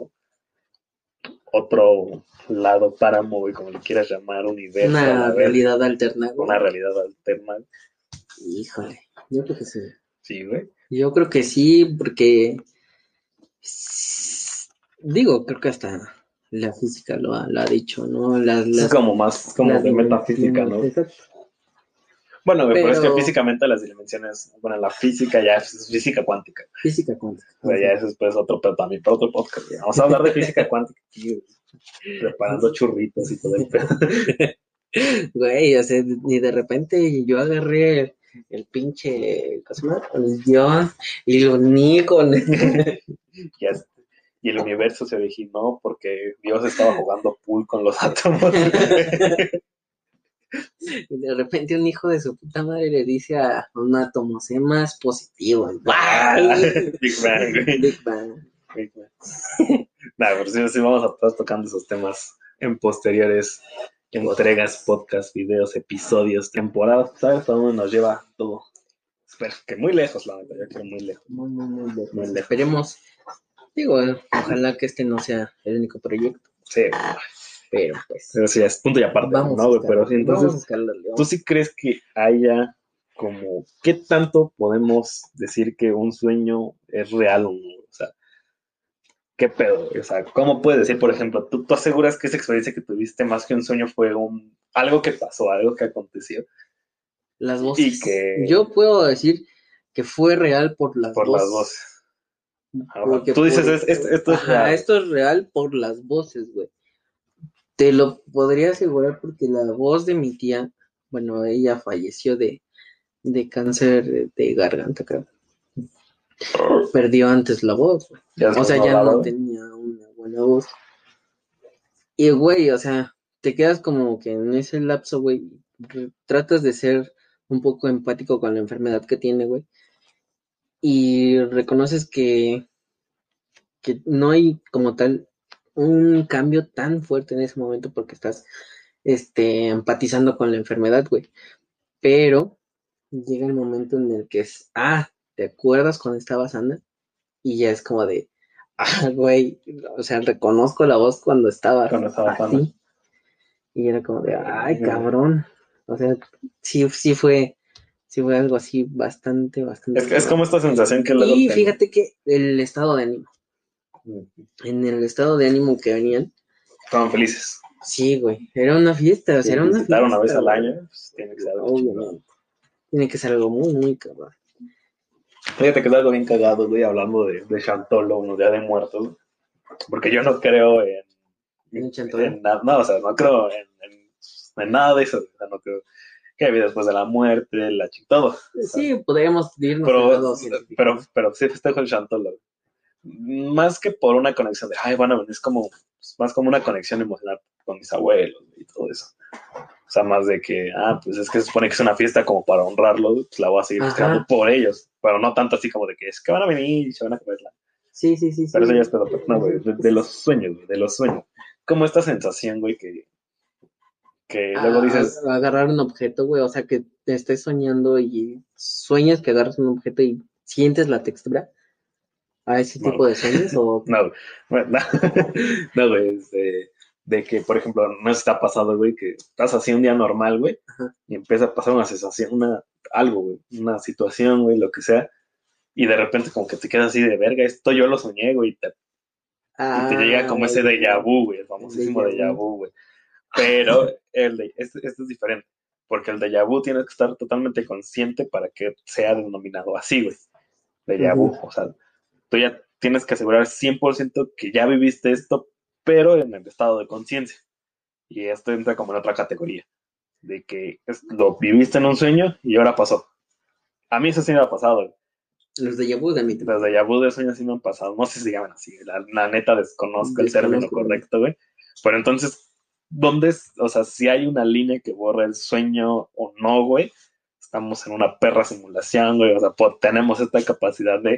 otro lado páramo, güey, como le quieras llamar, universo, a la Una verga, realidad alterna, una güey. realidad alterna? Híjole, yo creo que sí. Sí, güey. Yo creo que sí, porque digo, creo que hasta la física lo ha dicho, ¿no? Es como más como Las de metafísica, dimensiones, ¿no? exacto. Bueno, güey, pero es que Pero físicamente las dimensiones, bueno, la física ya es física cuántica. física cuántica. O sea, ya eso es pues otro pedo también, para otro podcast. Güey. Vamos a hablar de física cuántica aquí, güey, preparando churritos y todo el pedo. Güey, o sea, ni de repente yo agarré el pinche, ¿cómo se llama? El guión y lo uní con... Y, y el universo se originó porque Dios estaba jugando pool con los átomos. De repente un hijo de su puta madre le dice a un átomo, sé más positivo. Big Bang, güey. Big Bang. Big Bang. Nah, pero sí vamos a estar tocando esos temas en posteriores entregas, podcasts, videos, episodios, temporadas. ¿Sabes a dónde nos lleva todo? Espero que muy lejos, la verdad, yo creo muy lejos. Muy lejos. Muy lejos. Esperemos, digo, ojalá que este no sea el único proyecto, Sí, pero pues pero sí, es punto y aparte, vamos ¿no, a güey? Pero sí, escalarle, vamos a entonces, escalarle. ¿tú sí crees que haya como, qué tanto podemos decir que un sueño es real o no? O sea, ¿qué pedo? O sea, ¿cómo puedes decir, por ejemplo, tú aseguras que esa experiencia que tuviste más que un sueño fue algo que pasó, algo que aconteció Las y voces. que Yo puedo decir que fue real por las por las voces. voces? Ajá. Porque Tú dices, por... esto es Ajá, real. esto es real por las voces, güey. Te lo podría asegurar porque la voz de mi tía, bueno, ella falleció de cáncer de garganta, creo. Perdió antes la voz, güey. Ya O después sea, no ya hablaba, no güey. tenía una buena voz. Y, güey, o sea, te quedas como que en ese lapso, güey, tratas de ser un poco empático con la enfermedad que tiene, güey. Y reconoces que no hay como tal un cambio tan fuerte en ese momento porque estás empatizando con la enfermedad, güey. Pero llega el momento en el que ¿te acuerdas cuando estabas sana? Y ya es como de, güey, o sea, reconozco la voz cuando estabas Cuando estaba sana. así. Y era como de, ay, cabrón. O sea, sí fue algo así bastante Es cabrón. como esta sensación que luego Y tengo. fíjate que el estado de ánimo, en el estado de ánimo que venían, Estaban felices. sí, güey, era una fiesta, o sea, Sí, era una visitar una vez fiesta, al güey. año, pues tiene que ser algo chingón. Obviamente. Tiene que ser algo muy cabrón. Fíjate que es algo bien cagado, güey, hablando de Chantolo, unos días de muertos, porque yo no creo ¿En Chantolo? en nada, no, o sea, no creo en nada de eso, o sea, no creo que hay vida después de la muerte, todo, o sea, Sí, podríamos irnos al pero, lado científico, ¿no? pero sí festejo el Chantolo, más que por una conexión de, ay, bueno, es como, más como una conexión emocional con mis abuelos y todo eso. O sea, más de que, pues es que se supone que es una fiesta como para honrarlos, pues la voy a seguir festejando Ajá. por ellos, pero no tanto así como de que es que van a venir y se van a comerla. Sí. Pero eso ya es pedo, pero no, güey, de los sueños, güey, de los sueños. Como esta sensación, güey, que luego dices, Agarrar un objeto, güey, o sea, que te estés soñando y sueñas que agarras un objeto y sientes la textura. ¿A ese No, tipo de sueños o...? no, güey, no, no, güey, de que, por ejemplo, no sé si te ha pasado, güey, que estás así un día normal, güey, Ajá. y empieza a pasar una sensación, algo, güey, una situación, güey, lo que sea, y de repente como que te quedas así de verga, esto yo lo soñé, güey, y te llega Ah, como ese déjà vu, güey, el el famosísimo déjà déjà vu. vu, güey. Pero este es diferente, porque el déjà vu tienes que estar totalmente consciente para que sea denominado así, güey, déjà vu. Ujú. O sea, tú ya tienes que asegurar 100% que ya viviste esto, pero en el estado de conciencia. Y esto entra como en otra categoría, de que lo viviste en un sueño y ahora pasó. A mí eso sí me ha pasado, güey. Los déjà vu de mí Los también. déjà vu de sueños sí me han pasado. No sé si se llaman así. La neta desconozco el término Desconozco también. correcto, güey. Pero entonces, ¿dónde es? O sea, si hay una línea que borra el sueño o no, güey. Estamos en una perra simulación, güey. O sea, tenemos esta capacidad de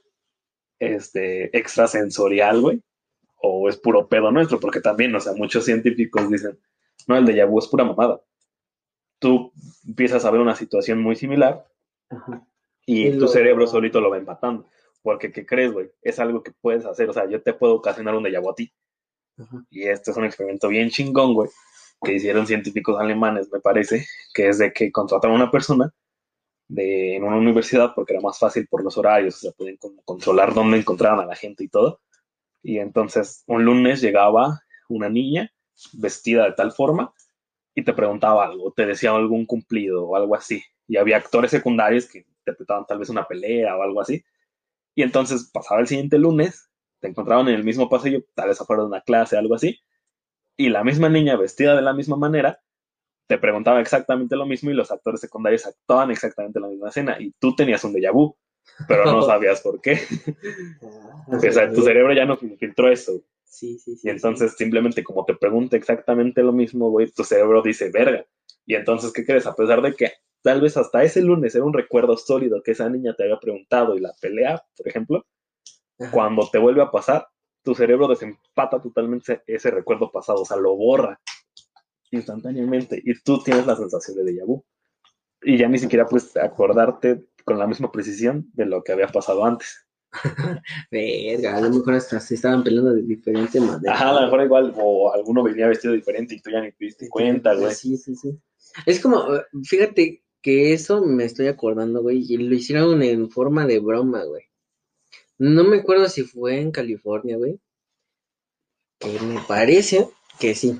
extrasensorial, güey. O es puro pedo nuestro, porque también, o sea, muchos científicos dicen, no, el déjà vu es pura mamada. Tú empiezas a ver una situación muy similar Ajá. Y y tu cerebro lo... solito lo va empatando. Porque, ¿qué crees, güey? Es algo que puedes hacer. O sea, yo te puedo ocasionar un déjà vu a ti. Ajá. Y este es un experimento bien chingón, güey, que hicieron científicos alemanes, me parece, que es de que contrataron a una persona en una universidad porque era más fácil por los horarios, o sea, pueden como controlar dónde encontraban a la gente y todo. Y entonces un lunes llegaba una niña vestida de tal forma y te preguntaba algo, te decía algún cumplido o algo así. Y había actores secundarios que interpretaban tal vez una pelea o algo así. Y entonces pasaba el siguiente lunes, te encontraban en el mismo pasillo, tal vez afuera de una clase, algo así, y la misma niña vestida de la misma manera te preguntaba exactamente lo mismo y los actores secundarios actuaban exactamente la misma escena y tú tenías un déjà vu, pero no sabías por qué. Ah, O sea, tu cerebro ya no filtró eso. sí, sí, Y sí, sí. entonces simplemente como te pregunta exactamente lo mismo, güey, tu cerebro dice, verga. Y entonces, ¿qué crees? A pesar de que tal vez hasta ese lunes era un recuerdo sólido que esa niña te había preguntado y la pelea, por ejemplo, Ajá. cuando te vuelve a pasar, tu cerebro desempata totalmente ese recuerdo pasado, o sea, lo borra instantáneamente y tú tienes la sensación de déjà vu. Y ya ni siquiera puedes acordarte con la misma precisión de lo que había pasado antes. Verga, a lo mejor hasta se estaban peleando de diferente Ajá, a manera, lo güey. mejor igual, o alguno venía vestido diferente y tú ya ni te diste cuenta, güey. Sí, sí, sí. Es como, fíjate que eso me estoy acordando, güey, y lo hicieron en forma de broma, güey. No me acuerdo si fue en California, güey, que me parece que sí.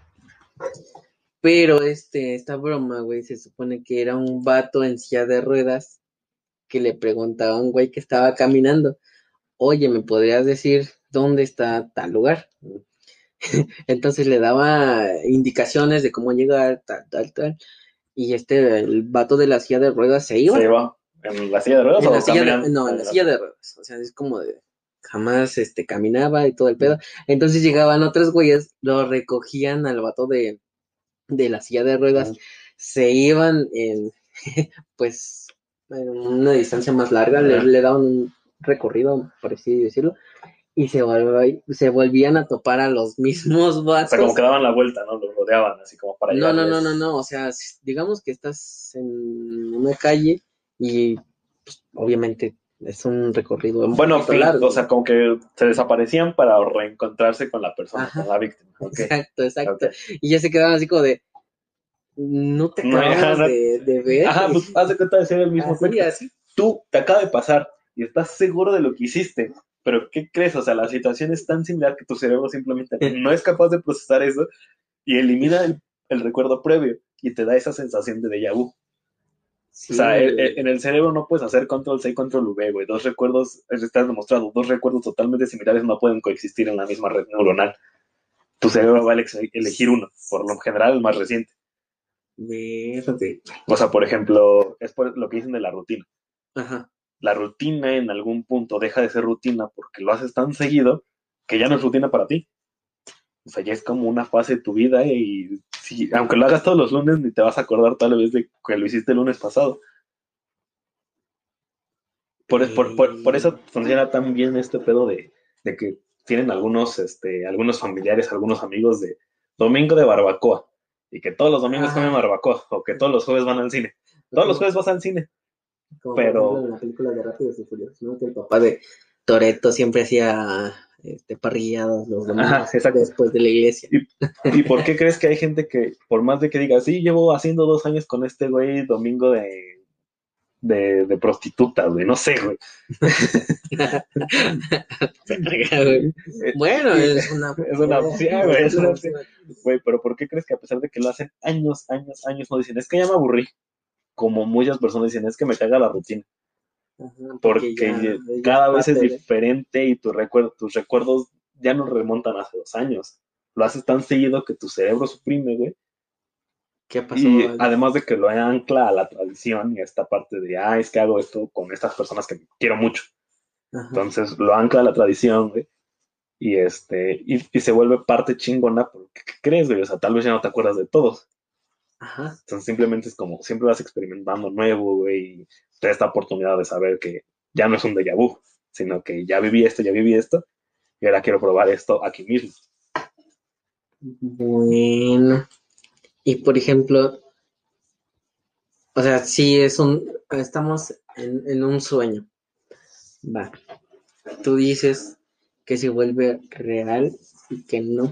Pero esta broma, güey, se supone que era un vato en silla de ruedas que le preguntaba a un güey que estaba caminando, oye, ¿me podrías decir dónde está tal lugar? Entonces le daba indicaciones de cómo llegar, tal, tal, tal. Y el vato de la silla de ruedas se Se iba. iba en la silla de ruedas En la o silla caminando. no, en la silla de ruedas. O sea, es como de, jamás, caminaba y todo el pedo. Entonces llegaban otros güeyes, lo recogían al vato de la silla de ruedas, se iban pues, en una distancia más larga, le daban un recorrido, por así decirlo, y se volvían a topar a los mismos O sea, como vatos. que daban la vuelta, ¿no? Lo rodeaban, así como para No, no, no, no, llegarles. no, o sea, digamos que estás en una calle y pues, obviamente es un recorrido un Bueno, poquito largo, o ¿no? sea, como que se desaparecían para reencontrarse con la persona, con Ajá, la víctima. Ok, exacto, ok. exacto. Y ya se quedaban así como de, no te No, ajá, acabamos de ver. ajá, pues haz de cuenta de ser el mismo Así, efecto. así. Tú te acaba de pasar y estás seguro de lo que hiciste, pero ¿qué crees? O sea, la situación es tan similar que tu cerebro simplemente no es capaz de procesar eso y elimina el recuerdo previo y te da esa sensación de déjà vu. O sea, en Sí, el cerebro no puedes hacer control C y control V, güey. Dos recuerdos, está demostrado, dos recuerdos totalmente similares no pueden coexistir en la misma red neuronal. Tu cerebro va a elegir uno, por lo general el más reciente. verde. O sea, por ejemplo, es por lo que dicen de la rutina. Ajá. La rutina en algún punto deja de ser rutina porque lo haces tan seguido que ya no es rutina para ti. O sea, ya es como una fase de tu vida y si, aunque lo hagas todos los lunes, ni te vas a acordar tal vez de que lo hiciste el lunes pasado. Por Eh, eso funciona tan bien este pedo de que tienen algunos familiares, algunos amigos de domingo de barbacoa y que todos los domingos comen ah, barbacoa o que todos los jueves van al cine. Todos los como, jueves vas al cine, como por ejemplo pero en la película de Rápidos y Furiosos, ¿no? Que el papá de Toretto siempre hacía parrilladas los domingos Ajá, exacto. después de la iglesia. ¿Y por qué crees que hay gente que, por más de que diga, sí, llevo haciendo 2 años con este güey domingo de prostituta, güey? No sé, güey. Verga, güey. Bueno, es una Es una opción, güey, es una opción. opción. Güey, pero ¿por qué crees que a pesar de que lo hacen años, años, años, no dicen, es que ya me aburrí? Como muchas personas dicen, es que me caga la rutina. Ajá, Porque ya cada es vez es parte de... diferente y tus recuerdos ya no remontan hace 2 años. Lo haces tan seguido que tu cerebro suprime, güey. ¿Qué pasó? Y además de que lo ancla a la tradición y a esta parte de, es que hago esto con estas personas que quiero mucho. Ajá, Entonces lo ancla a la tradición, güey. Y se vuelve parte chingona porque, ¿qué crees, güey? O sea, tal vez ya no te acuerdas de todos. ajá. Entonces simplemente es como, siempre vas experimentando nuevo, güey, y te da esta oportunidad de saber que ya no es un déjà vu, sino que ya viví esto, y ahora quiero probar esto aquí mismo. Bueno, y por ejemplo, o sea, sí estamos en un sueño. Va, tú dices que se vuelve real y que no.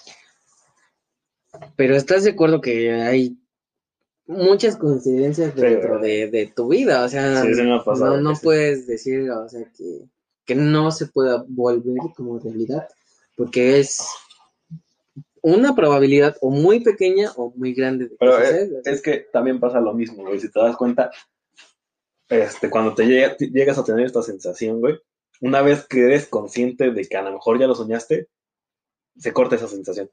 Pero ¿estás de acuerdo que hay muchas coincidencias Sí, dentro de tu vida? O sea, sí, me ha pasado. no Sí. puedes decir, o sea, que no se pueda volver como realidad, porque es una probabilidad o muy pequeña o muy grande de que Pero suceda. es que también pasa lo mismo, güey. Si te das cuenta, cuando llegas a tener esta sensación, güey, una vez que eres consciente de que a lo mejor ya lo soñaste, se corta esa sensación.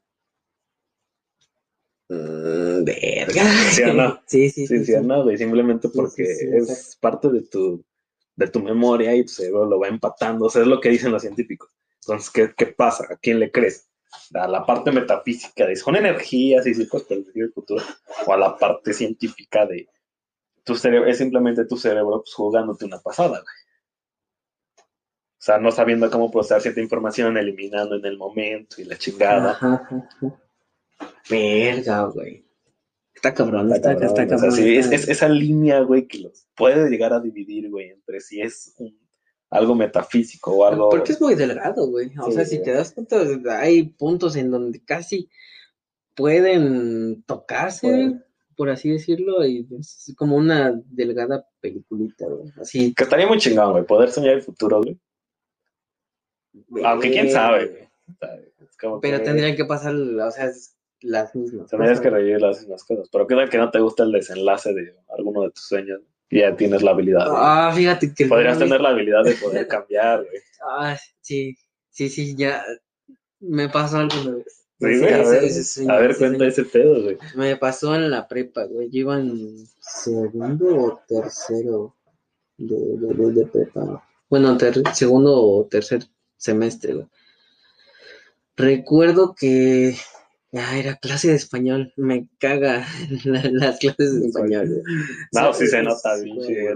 Verga. ¿Sí o no? Sí, sí, sí, Sí o sí. no, güey, simplemente Sí, porque sí, sí, exacto. es parte de tu memoria y tu cerebro lo va empatando. O sea, es lo que dicen los científicos. Entonces, ¿qué pasa? ¿A quién le crees? ¿A la parte metafísica de son energías y sí puedes predecir el futuro? ¿O a la parte científica de tu cerebro? Es simplemente tu cerebro pues, jugándote una pasada, güey. O sea, no sabiendo cómo procesar cierta información, eliminando en el momento y la chingada. Ajá, ajá. Verga, güey. Está cabrón, Está está cabrón. O sea, cabrón, sí, está... es esa línea, güey, que los puede llegar a dividir, güey, entre si es algo metafísico o Porque algo. es muy delgado, güey. O Sí, sea, si te das cuenta, hay puntos en donde casi pueden tocarse, puede. por así decirlo, y es como una delgada peliculita, güey. Así, Que estaría muy chingón, güey, poder soñar el futuro, güey. Aunque quién sabe, verga. güey. O sea, es como Pero que tendrían que pasar, o sea, las mismas tendrías cosas, que ¿no? revivir las mismas cosas. Pero qué tal que no te gusta el desenlace de alguno de tus sueños y ya tienes la habilidad de. Ah, fíjate que no Podrías he visto. tener la habilidad de poder cambiar, güey. Ah, sí, sí, sí, ya me pasó alguna vez. Sí, güey, Ese a sueño, ver, ese cuenta sueño. ese pedo, güey. Me pasó en la prepa, güey. Yo iba en segundo o tercero de prepa. Bueno, segundo o tercer semestre, güey. Recuerdo que era clase de español. Me caga las clases de español, güey. No, sí se nota, Güey. pinche.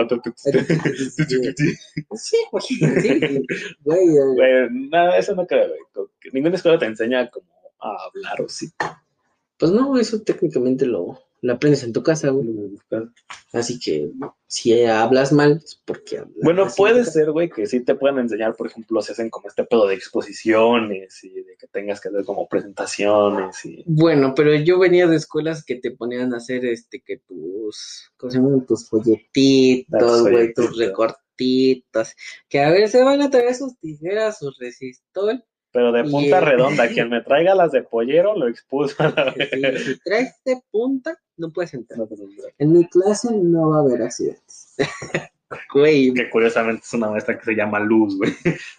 Sí, güey, sí, güey. Güey, no, eso no creo, güey. Ninguna escuela te enseña como a hablar o sí. Pues no, eso técnicamente lo aprendes en tu casa, güey. Así que si hablas mal, es porque hablas Bueno, así en tu puede casa. ser, güey, que sí te puedan enseñar, por ejemplo, si hacen como este pedo de exposiciones y de que tengas que hacer como presentaciones y. Bueno, pero yo venía de escuelas que te ponían a hacer que ¿cómo se llaman? Tus Datos folletitos, güey, tus olletitos. recortitos, que a ver, se van a traer sus tijeras, sus resistol, Pero de y punta redonda, quien me traiga las de pollero lo expulso a la vez. si traes de punta, no puedes entrar. No, pues, no. En mi clase no va a haber accidentes. Güey, Que curiosamente es una maestra que se llama Luz, güey.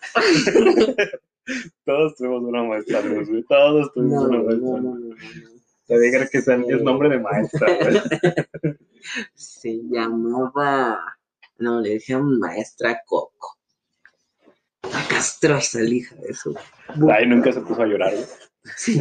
Todos tuvimos una maestra Luz, güey. Todos tuvimos no, una güey, maestra Luz. no. Te dije que es nombre de maestra, güey. Se llamaba, no, le decían maestra Coco. La castrosa, la hija de eso. Ahí nunca se puso a llorar, güey. Sí,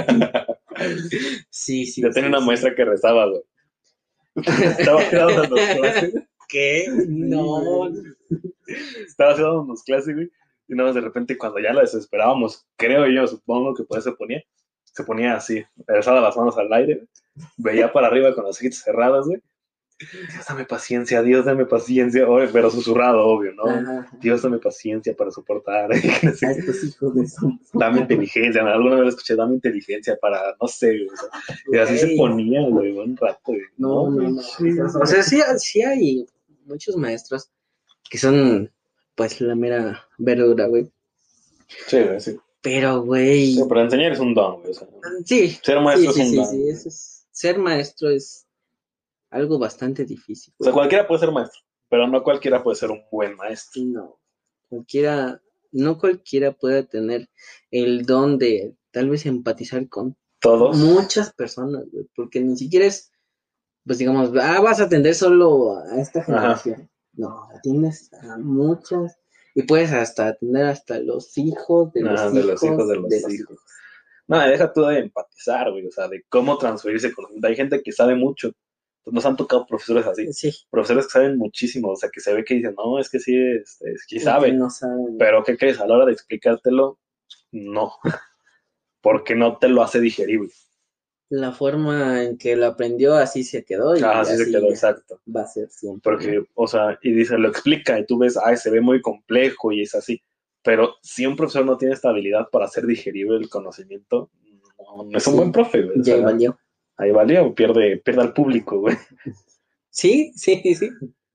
sí. Yo tenía una maestra que rezaba, güey. Estaba dándonos clases. ¿Qué? No. Estaba dándonos clases, güey. Y nada más de repente, cuando ya la desesperábamos, creo yo, supongo que pues se ponía así, alzaba las manos al aire, veía para arriba con las ojitos cerradas, güey. Dios dame paciencia, pero susurrado, obvio, ¿no? Ajá. Dios dame paciencia para soportar. A estos hijos de su... Dame inteligencia, ¿no? Alguna vez escuché, dame inteligencia para, no sé, güey, o sea, y así se Güey, ponía, güey, un rato, güey. no, no, no. Sí, O sea, sí hay muchos maestros que son, pues, la mera verdura, güey. sí, güey, sí. Pero, güey, Sí, pero enseñar es un don, güey, o sea, sí, ser sí, maestro es sí, un sí, don, sí. güey. Ser maestro es algo bastante difícil, O sea, güey. cualquiera puede ser maestro, pero no cualquiera puede ser un buen maestro. No, cualquiera, no cualquiera puede tener el don de tal vez empatizar con Todos, muchas personas, güey, porque ni siquiera es, pues digamos, vas a atender solo a esta ajá, generación. No, atiendes a muchas y puedes hasta atender hasta los hijos de ajá, los de los hijos hijos de de los los hijos. hijos. No, deja tú de empatizar, güey, o sea, de cómo transferirse conocimiento. Hay gente que sabe mucho. Pues nos han tocado profesores así, Sí, profesores que saben muchísimo, o sea, que se ve que dicen, no, es que sí, sí y que sabe, no saben pero ¿qué crees? A la hora de explicártelo, no, porque no te lo hace digerible. la forma en que lo aprendió, así se quedó Ah, y así se así quedó, ya exacto. va a ser siempre, ¿no? Porque, o sea, y dice, lo explica y tú ves, ay, se ve muy complejo y es así. Pero si un profesor no tiene esta habilidad para hacer digerible el conocimiento, no es un buen Sí, profe, güey. O ya sea, valió. ahí valió, pierde al público, güey. Sí, sí, sí.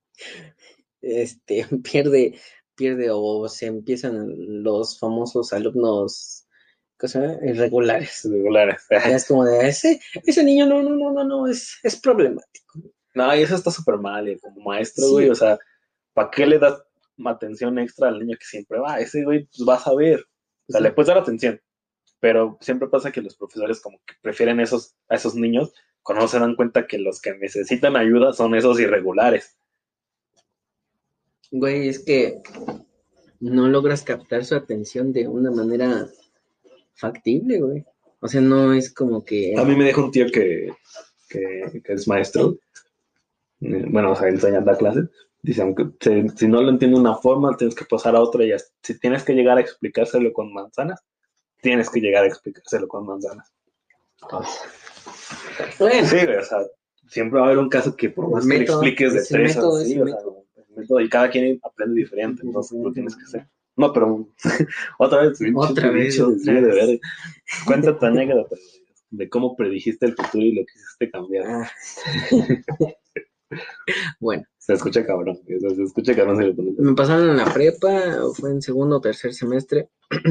Pierde, pierde o se empiezan los famosos alumnos, cosa, irregulares. Regulares. Ya es como de ese niño no, es problemático. No, y eso está súper mal, como maestro, güey. O Sí, sea, ¿para qué le das atención extra al niño que siempre va? Ese güey, pues va a saber. O sea, le sí, puedes dar atención, pero siempre pasa que los profesores como que prefieren a esos niños cuando no se dan cuenta que los que necesitan ayuda son esos irregulares. güey, es que no logras captar su atención de una manera factible, güey. O sea, no es como A que, mí me dijo un tío que es maestro, bueno, o sea, enseña, da clases. Dice, aunque si no lo entiende de una forma, tienes que pasar a otra y si tienes que llegar a explicárselo con manzanas, tienes que llegar a explicárselo con manzanas. bueno, Sí, güey, o sea, siempre va a haber un caso que por el más que le método, expliques de ese tres a método, sí, ese o sea, método. el método, y cada quien aprende diferente, entonces lo tienes que hacer. No, pero otra vez, pinches Otra vez, dicho otra desvío de vez. ver. Cuenta tu anécdota de cómo predijiste el futuro y lo quisiste cambiar. Ah, bueno, Se escucha cabrón, se escucha cabrón si lo pones me así. pasaron en la prepa, fue en segundo o tercer semestre,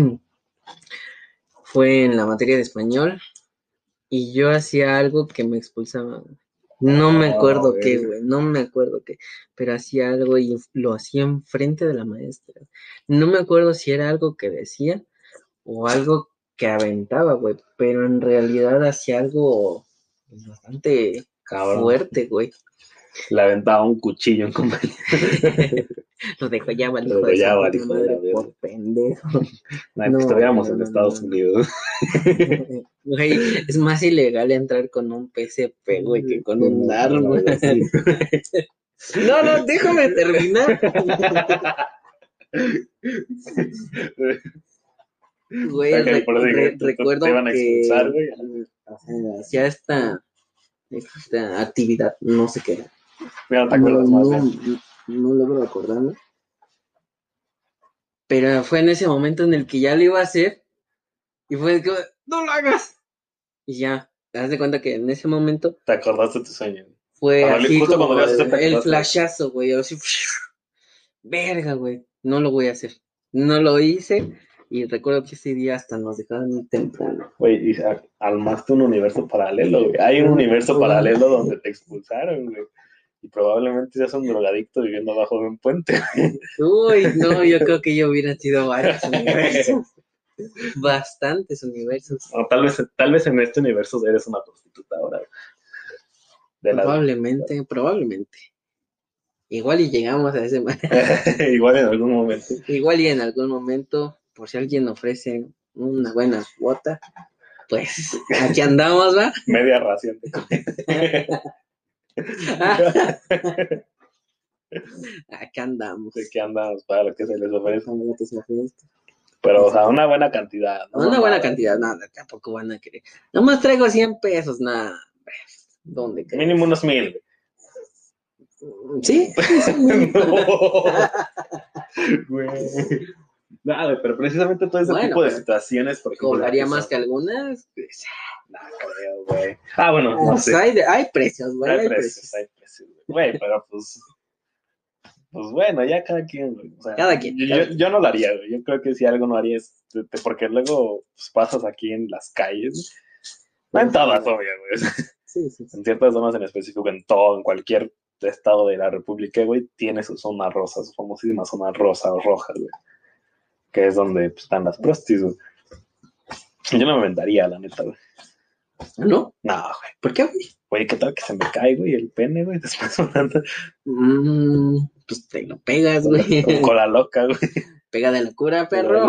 fue en la materia de español y yo hacía algo que me expulsaba. No me Oh, acuerdo qué, verga. güey, no me acuerdo qué, pero hacía algo y lo hacía enfrente de la maestra. No me acuerdo si era algo que decía o algo que aventaba, güey, pero en realidad hacía algo pues, bastante Cabrón. fuerte, güey. Le aventaba un cuchillo en compañía. Lo degollaba el Lo hijo de su degollaba al puta hijo de la madre verga. por pendejo. Nah, que No, estuviéramos no, en no, no, Estados no, no. Unidos. Güey, es más ilegal entrar con un PSP, güey, que con un No, con arma. algo así. No, no, déjame terminar. Güey, Ok, por eso dije, te recuerdo iban a expulsar, que güey. o sea, hacía esta actividad, no sé qué era. Ya no te No, acuerdas más bien. no logro acordarme. Pero fue en ese momento en el que ya lo iba a hacer y fue que, no lo hagas. Y ya, te das de cuenta que en ese momento Te acordaste de tu sueño. fue así Justo cuando lo como ibas a hacer, te el acordaste de eso. flashazo, güey. Así, verga, güey. No lo voy a hacer. No lo hice. Y recuerdo que ese día hasta nos dejaron temprano. Güey, y armaste un universo paralelo, güey. Hay un universo paralelo donde te expulsaron, güey. Y probablemente seas un drogadicto viviendo abajo de un puente. Uy, no, yo creo que yo hubiera sido varios universos. Bastantes universos. O tal vez en este universo eres una prostituta ahora. De las... Probablemente, probablemente. Igual y llegamos a ese. Igual en algún momento. Igual y en algún momento, por si alguien ofrece una buena cuota, pues aquí andamos, ¿va? Media ración de comida. Aquí andamos. De que andamos para lo que se les ofrece. Para lo que se ofrezca. Pero, o Así sea, que, una buena cantidad, no una buena mamadas. cantidad, nada, tampoco van a querer. Nomás traigo 100 pesos, nada. ¿Dónde Mínimo crees? unos 1000, güey. Sí, sí, muy... Güey. Nada, pero precisamente todo ese Bueno, tipo de pero situaciones, por ejemplo, ¿cobraría que más son- que algunas? No creo, güey. Ah, bueno, no sé. Hay precios, güey, hay precios. Hay precios, güey. Güey, pero pues bueno, ya cada quien, güey. O sea, Cada quien, cada quien. yo no lo haría, güey. Yo creo que si algo no haría es, porque luego pues, pasas aquí en las calles, no en todas, obvio, güey. O sea, Sí, sí, sí. en ciertas zonas en específico, en todo, en cualquier estado de la República, güey, tiene su zona rosa, su famosísima zona rosa o roja, güey. Que es donde pues, están las prostis, güey. Yo no me aventaría, la neta, güey. ¿No? No, güey. ¿Por qué, güey? Güey, ¿qué tal que se me cae, güey, el pene, güey? Después hablando Pues te lo pegas, con güey. cola loca, güey. Pega de la cura, perro.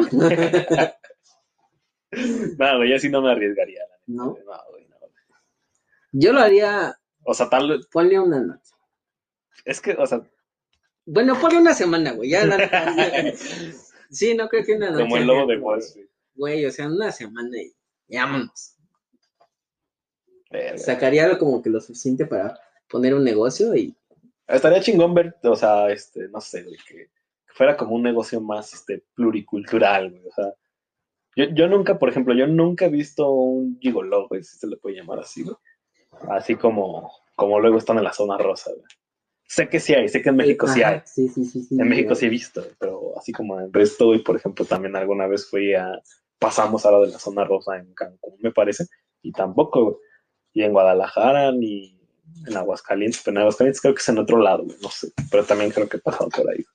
No, güey, yo sí no me arriesgaría, la neta. No. No, güey, no. Yo lo haría, O sea, tal, ponle una noche. es que, o sea, Bueno, ponle una semana, güey. Ya sí, no creo que una noche. como el lobo de Wall Street. Güey, o sea, una semana y vámonos. Verga. Sacaría como que lo suficiente para poner un negocio y... Estaría chingón ver, o sea, no sé, güey, que fuera como un negocio más, pluricultural, güey, o sea, yo nunca, por ejemplo, yo nunca he visto un gigoló, güey, si se le puede llamar así, güey, así como luego están en la zona rosa, güey. Sé que sí hay, sé que en México sí hay, Sí. en México sí he visto, pero así como en el resto, güey, por ejemplo, también alguna vez pasamos a la de la zona rosa en Cancún, me parece, y tampoco, güey, y en Guadalajara, ni en Aguascalientes, pero en Aguascalientes creo que es en otro lado, güey, no sé, pero también creo que he pasado por ahí.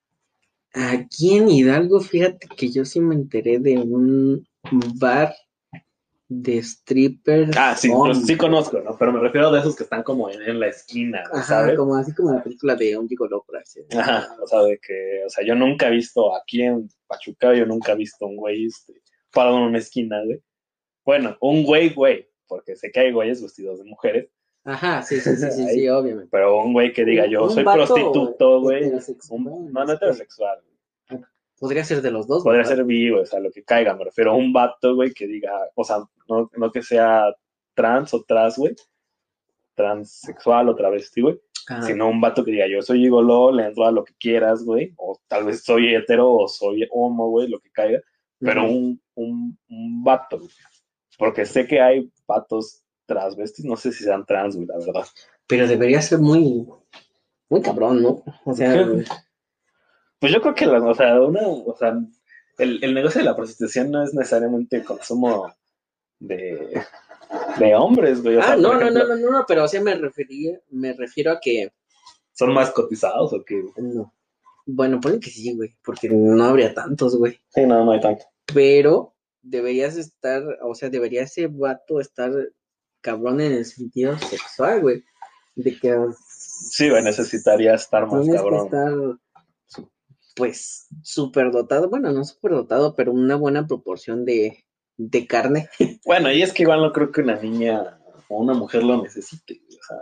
Aquí en Hidalgo, fíjate que yo sí me enteré de un bar de strippers. Ah, sí, hombres. sí conozco, ¿no? Pero me refiero a esos que están como en la esquina, güey, Ajá, ¿sabes? como así como la película de un gigoló, por así decirlo. Ajá, o sea, o sea, yo nunca he visto aquí en Pachuca, yo nunca he visto un güey parado en una esquina, güey. Bueno, un güey, porque sé que hay güeyes vestidos de mujeres. Ajá, sí, Ahí, obviamente. pero un güey que diga, yo Un soy vato prostituto, güey. heterosexual, No heterosexual. Podría ser de los dos, Podría ¿verdad? ser vivo, o sea, lo que caiga, me refiero a un vato, güey, que diga, o sea, no que sea trans o tras, güey, transexual o travesti, güey, Ajá. sino un vato que diga, yo soy gigoló, le entro a lo que quieras, güey, o tal vez soy hetero o soy homo, güey, lo que caiga, pero un vato, güey, porque sé que hay vatos transvestis, no sé si sean trans, güey, la verdad. Pero debería ser muy, muy cabrón, ¿no? O sea, Pues yo creo que, o sea, el negocio de la prostitución no es necesariamente el consumo de hombres, güey. O sea, por ejemplo, no, pero o sea, me refiero a que, ¿son más cotizados o qué? no. Bueno, ponle que sí, güey, porque no habría tantos, güey. Sí, no hay tanto. Pero deberías estar, o sea, debería ese vato estar cabrón en el sentido sexual, güey. De que Sí, güey, necesitaría estar más tienes que cabrón. estar, pues, súper dotado, bueno, no súper dotado, pero una buena proporción de carne. Bueno, y es que igual no creo que una niña o una mujer lo necesite, güey, o sea.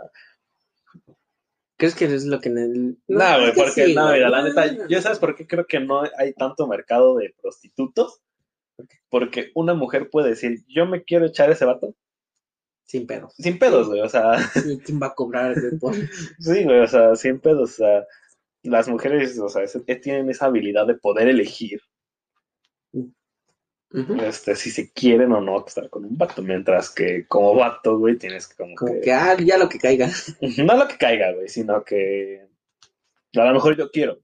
¿Crees que es lo que... No, güey, porque sí, no, güey, mira, la neta, ¿yo sabes por qué creo que no hay tanto mercado de prostitutos? Porque una mujer puede decir, yo me quiero echar ese vato. Sin pedos. Sin pedos, güey, o sea. Sí, ¿quién va a cobrar, güey? Sí, güey, o sea, sin pedos, o sea. Las mujeres, o sea, tienen esa habilidad de poder elegir si se quieren o no estar con un vato, mientras que como vato, güey, tienes que como que... ya lo que caiga. No lo que caiga, güey, sino que a lo mejor yo quiero,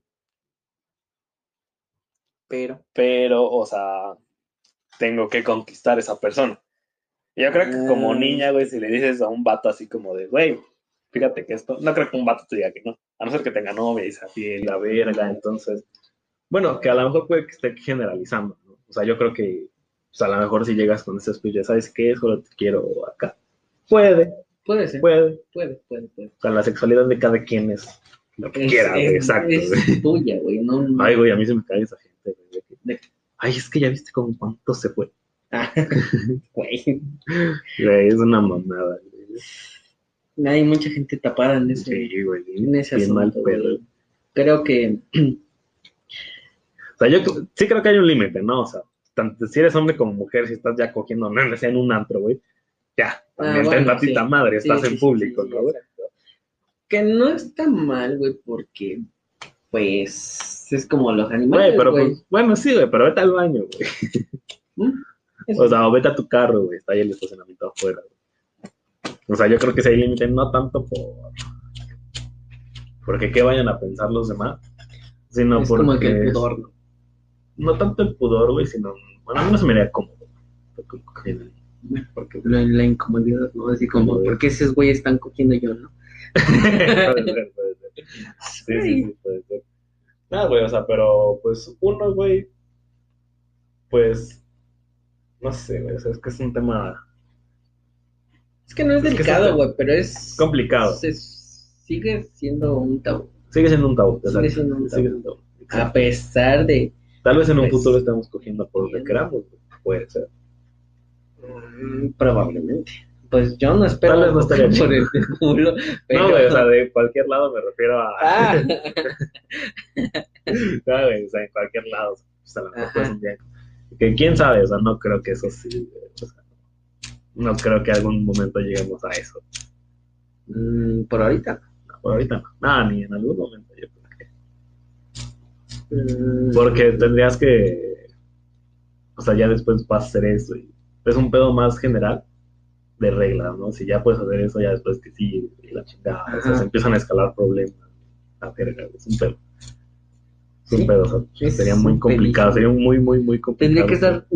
pero, o sea, tengo que conquistar a esa persona. Y yo creo que como niña, güey, si le dices a un vato así como de, güey, fíjate que esto, no creo que un vato te diga que no, a no ser que tenga novia y sea así la verga, entonces, bueno, que a lo mejor puede que esté generalizando, ¿no? O sea, yo creo que, pues a lo mejor si llegas con ese speech, ya sabes qué, solo te quiero acá. Puede ser. Puede. O sea, la sexualidad de cada quien es lo que quiera, güey, exacto. Es tuya, güey, no. Ay, güey, a mí se me cae esa gente, güey. Ay, es que ya viste con cuánto se fue. Güey. Güey, es una mamada, güey. Hay mucha gente tapada en ese, sí, güey, en ese bien asunto, mal pedo. Güey. Creo que... O sea, yo sí creo que hay un límite, ¿no? O sea, tanto si eres hombre como mujer, si estás ya cogiendo nenes en un antro, güey, ya, también ten ratita madre, estás en público, ¿no, güey? Que no está mal, güey, porque, pues, es como los animales, Güey, pero güey. pues, bueno, sí, güey, pero vete al baño, güey. Eso O sea, o vete a tu carro, güey, está ahí el estacionamiento afuera, güey. O sea, yo creo que si hay límite, no tanto porque qué vayan a pensar los demás, sino es como que el porque pudor, ¿no? no tanto el pudor, güey, sino, bueno, a mí no se me haría cómodo. Porque, La incomodidad, ¿no? Así como, ¿por qué esos güeyes están cogiendo yo, no? puede ser, puede ser. Sí, sí, sí, puede ser. Nada, güey, o sea, pero pues uno, güey, pues, no sé, güey, o sea, es que es un tema Es que no es que es un delicado, tema güey, pero es... complicado. sigue siendo un tabú. Sigue siendo un tabú, Sigue exacto. siendo un Sigue tabú. siendo un tabú, A exacto. pesar de... Tal vez en un pues, futuro estemos cogiendo por donde queramos, güey, puede ser. Probablemente. Pues yo no espero Tal vez no estaría por el culo, pero... No, güey, o sea, de cualquier lado me refiero a... Ah, No, güey, o sea, en cualquier lado, o sea, a lo mejor ajá. pues un día... Que quién sabe, o sea, no creo que eso sí, güey, o sea, no creo que algún momento lleguemos a eso. Por ahorita. No, por ahorita no. Nada, ni en algún momento yo creo que. Mm, Porque tendrías que, o sea, ya después vas a hacer eso y es un pedo más general de reglas, ¿no? Si ya puedes hacer eso, ya después que sí, y la chingada, o sea, Ajá. se empiezan a escalar problemas, la verga, es un pedo. Es un Sí, pedo, o sea, es sería muy un complicado, pedísimo. sería muy, muy, muy complicado. Tendría que estar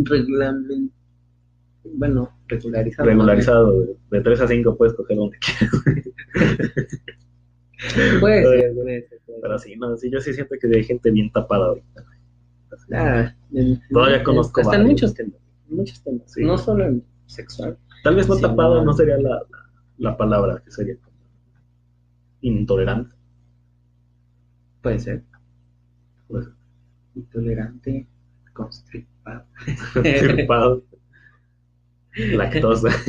regularizado. Regularizado, de 3 a 5 puedes coger donde quieras. Puede ser, puede ser. Pero sí, no, sí, yo sí siento que hay gente bien tapada ahorita. Ah, Todavía conozco hasta en varios. muchos temas, Sí. no solo en sexual. Tal vez no Sí, tapado no. no sería la palabra, que sería como intolerante. Puede ser Pues, intolerante, constipado. Constipado, lactosa.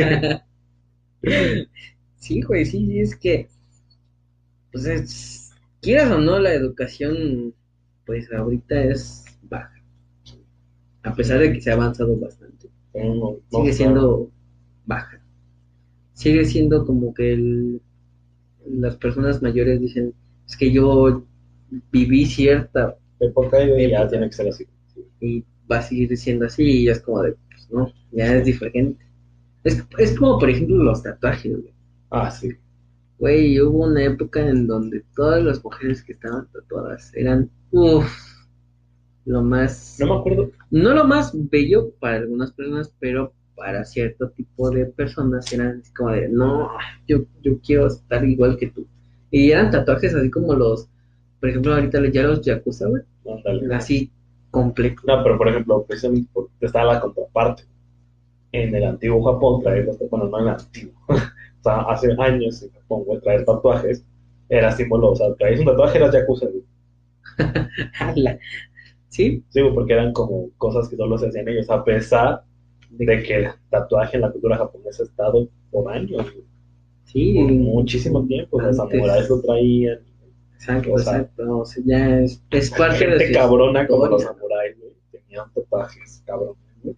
Sí, güey, sí, es que, pues, quieras o no, la educación, pues, ahorita es baja, a pesar de que se ha avanzado bastante. Sigue siendo baja. Sigue siendo como que las personas mayores dicen, es que yo viví cierta Época y ya época tiene que ser así. y va a seguir siendo así y ya es como de, pues no, ya es diferente. Es como, por ejemplo, los tatuajes, güey. Ah, sí. Güey, hubo una época en donde todas las mujeres que estaban tatuadas eran, uff, lo más, No me acuerdo. no lo más bello para algunas personas, pero para cierto tipo de personas eran así como de, no, yo quiero estar igual que tú. Y eran tatuajes así como por ejemplo, ahorita ya los yakuza, güey, Ándale. así completo. No, pero por ejemplo, precisamente está la contraparte. En el antiguo Japón, bueno, no en el antiguo, o sea, hace años en Japón, güey, traer tatuajes era símbolo, o sea, traías un tatuaje, eras yakuza, güey. Ala. ¿Sí? Sí, güey, porque eran como cosas que solo se hacían ellos, a pesar de que el tatuaje en la cultura japonesa ha estado por años, güey, Sí, por muchísimo tiempo, los antes. samuráis lo traían, Exacto, o sea, exacto. O sea, ya es parte de gente su cabrona como los historia. samuráis, güey, tenían tatuajes cabrones, güey.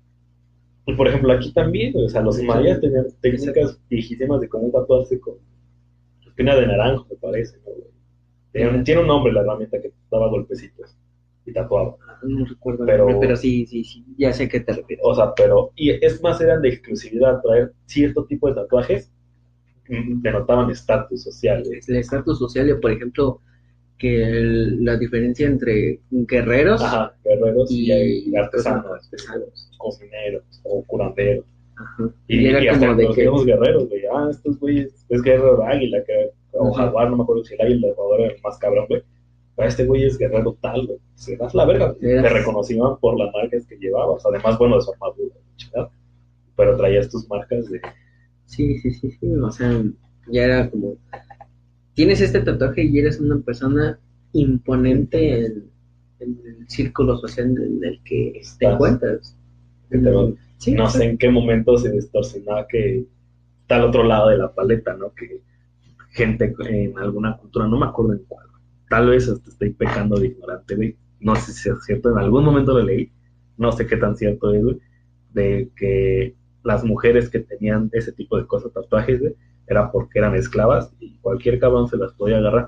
Y por ejemplo, aquí también, güey, o sea, los Sí, mayas sí. tenían técnicas viejísimas de cómo tatuarse con espina de naranjo, me parece, ¿no, güey? Tiene un nombre la herramienta que daba golpecitos y tatuaba. No recuerdo el Pero- nombre, pero sí, ya sé a qué te refieres. O sea, y es más, eran de exclusividad. Traer cierto tipo de tatuajes denotaban estatus social, güey. El estatus social, por ejemplo, que la diferencia entre guerreros Ajá, guerreros y y artesanos, artesanos. cocineros o curanderos. Ajá. Y era hasta como de los que mismos guerreros, güey. Ah, estos güeyes, es guerrero de águila, o Ajá. jaguar, no me acuerdo si el águila o el jaguar era el más cabrón, güey. Pero este güey es guerrero tal, güey. Se das la verga. Eras- Te reconocían por las marcas que llevabas. Además, bueno, de su armadura, chingada. Pero traías tus marcas de. sí, o sea, ya era como, tienes este tatuaje y eres una persona imponente en el círculo social en el que te Estás. encuentras. Que te van- Sí, no sé en qué momento se distorsionaba que está al otro lado de la paleta, ¿no? Que gente en alguna cultura, no me acuerdo en cuál, tal vez hasta estoy pecando de ignorante, güey. No sé si es cierto, en algún momento lo leí, no sé qué tan cierto es, güey, de que las mujeres que tenían ese tipo de cosas, tatuajes, güey, era porque eran esclavas y cualquier cabrón se las podía agarrar.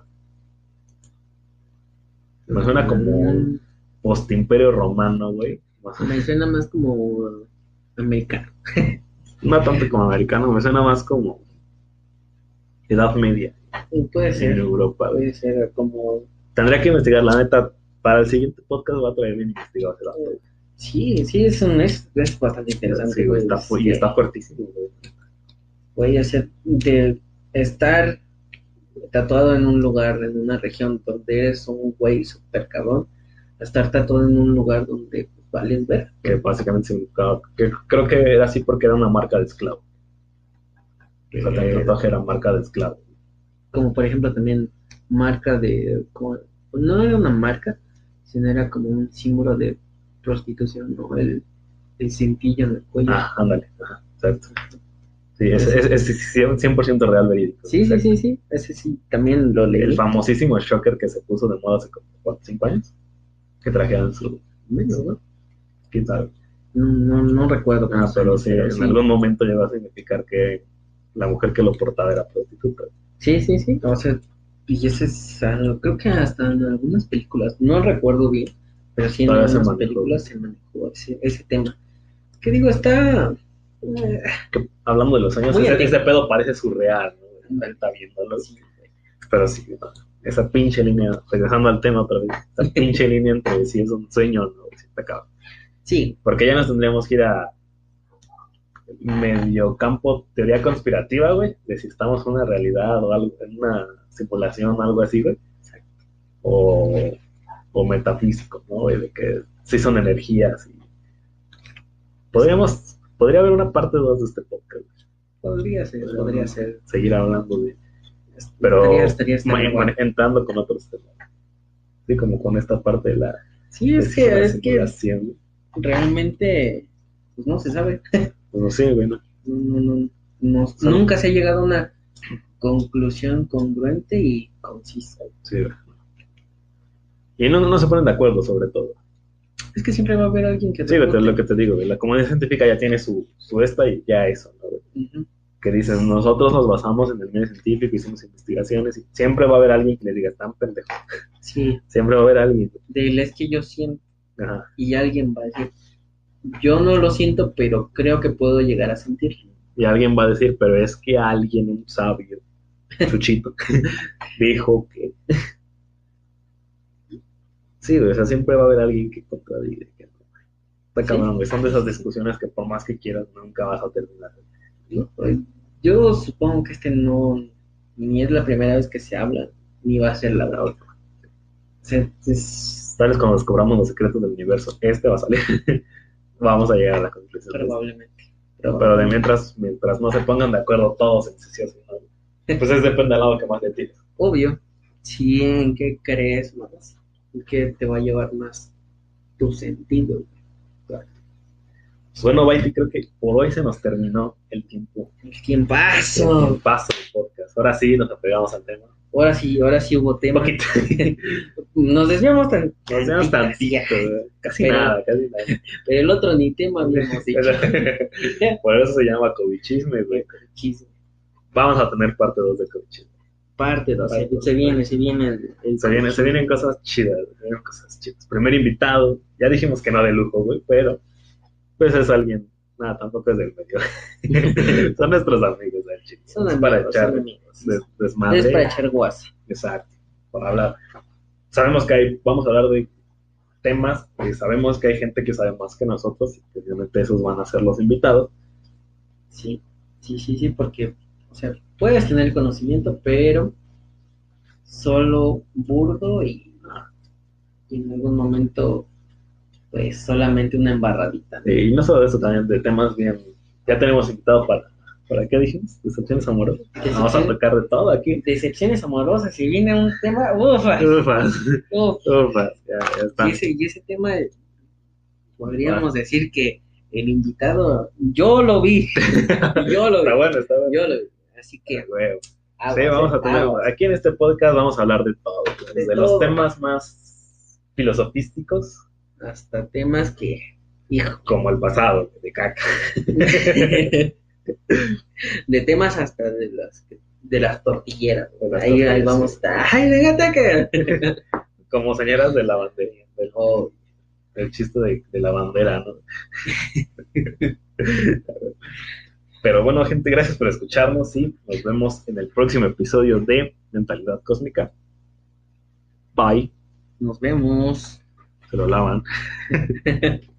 Me suena como un post-imperio romano, güey. Me suena más como americano. No tanto como americano, me suena más como Edad Media Puede ser. en Europa, güey. Puede ser como... Tendría que investigar, la neta. Para el siguiente podcast va a traer bien investigado ese dato. Sí, es bastante interesante. Sí, güey, y está fuertísimo, güey. Voy a hacer de estar tatuado en un lugar, en una región donde eres un güey super cabrón, a estar tatuado en un lugar donde pues, vales ver. Que básicamente significaba, que creo que era así porque era una marca de esclavo. O sea, el tatuaje era marca de esclavo. Como por ejemplo también marca de, como, no era una marca, sino era como un símbolo de prostitución, ¿no? El cintillo en el cuello. Ah, ándale, ajá, exacto. Sí, es 100% real, verídico. Sí, ese sí, también lo leí. El famosísimo shocker que se puso de moda hace como 4 o 5 años, que trajeron su menos, ¿no? ¿Quién sabe? No recuerdo. Pero sí, en algún momento llegó a significar que la mujer que lo portaba era prostituta. Sí, o sea, y ese es algo, creo que hasta en algunas películas, no recuerdo bien, pero sí en algunas películas se manejó ese tema. Que digo, está... Que, hablando de los años, ese pedo parece surreal, ¿no? Está viéndolo. Sí. Pero sí, ¿no? Esa pinche línea, regresando al tema otra vez, esa pinche línea entre si es un sueño o no, si está acaba. Sí. Porque ya nos tendríamos que ir a medio campo teoría conspirativa, güey, de si estamos en una realidad o algo, en una simulación, algo así, güey. O metafísico, ¿no? Güey? De que sí son energías. Y... podría haber una parte 2 de este podcast. Podría ser. Seguir hablando de... Pero estaría entrando con otros temas. Sí, como con esta parte de la... Sí, es que realmente pues no se sabe. Pues no sé, güey, ¿no? Nunca se ha llegado a una conclusión congruente y concisa. Sí, y no se ponen de acuerdo sobre todo. Es que siempre va a haber alguien que... Sí, es lo que te digo, la comunidad científica ya tiene su esta y ya eso, ¿no? Uh-huh. Que dicen, nosotros nos basamos en el medio científico, hicimos investigaciones y siempre va a haber alguien que le diga, están pendejos. Sí. Siempre va a haber alguien. Es que yo siento. Ajá. Y alguien va a decir, yo no lo siento, pero creo que puedo llegar a sentirlo. Y alguien va a decir, pero es que alguien, un sabio, Chuchito, dijo que... Sí, o sea, siempre va a haber alguien que contradiga. Que no. Está cabrón, güey. Son de esas discusiones que por más que quieras, nunca vas a terminar. ¿No? Yo supongo que no, ni es la primera vez que se habla, ni va a ser la última. Tal vez cuando descubramos los secretos del universo, va a salir. Vamos a llegar a la conclusión. Probablemente. Pero de mientras no se pongan de acuerdo todos en sesión, ¿no? Pues depende del lado que más le tires. Obvio. Sí, ¿en qué crees más? ¿En qué te va a llevar más tu sentido? Claro. Pues bueno, Baiti, creo que por hoy se nos terminó el tiempo. El tiempazo. El tiempazo del podcast. Ahora sí nos apegamos al tema. Ahora sí hubo tema. Nos desviamos tantito, casi nada. Pero el otro ni tema habíamos dicho. Por eso se llama Covichisme, güey. Vamos a tener parte 2 de Covichisme. Parte 2, se viene se vienen cosas chidas, Primer invitado, ya dijimos que no de lujo, güey, pero pues es alguien, tampoco es del medio. Son nuestros amigos, chicos. Son amigos, para echar desmadre. Es para echar guasa. Exacto, para hablar. Sabemos que vamos a hablar de temas, y sabemos que hay gente que sabe más que nosotros, y obviamente esos van a ser los invitados. Sí, porque, o sea, puedes tener conocimiento, pero solo burdo y en algún momento, pues, solamente una embarradita. Y no solo de eso, también de temas bien. Ya tenemos invitado ¿para qué dijimos? Decepciones amorosas. Vamos a tocar de todo aquí. Decepciones amorosas, si viene un tema, ufas. Ya está. Y ese tema, podríamos decir que el invitado, yo lo vi. Está bueno. Yo lo vi. Así que, vamos a tener, aquí en este podcast vamos a hablar de todo, desde los temas más filosofísticos hasta temas que, como el pasado, de caca. De temas hasta de las tortilleras. De las Ahí tortillas, vamos. sí. Ay, fíjate que. Como señoras de lavandería. Oh, El chiste de la bandera, ¿no? Pero bueno, gente, gracias por escucharnos y nos vemos en el próximo episodio de Mentalidad Cósmica. Bye. nos vemos. Se lo lavan.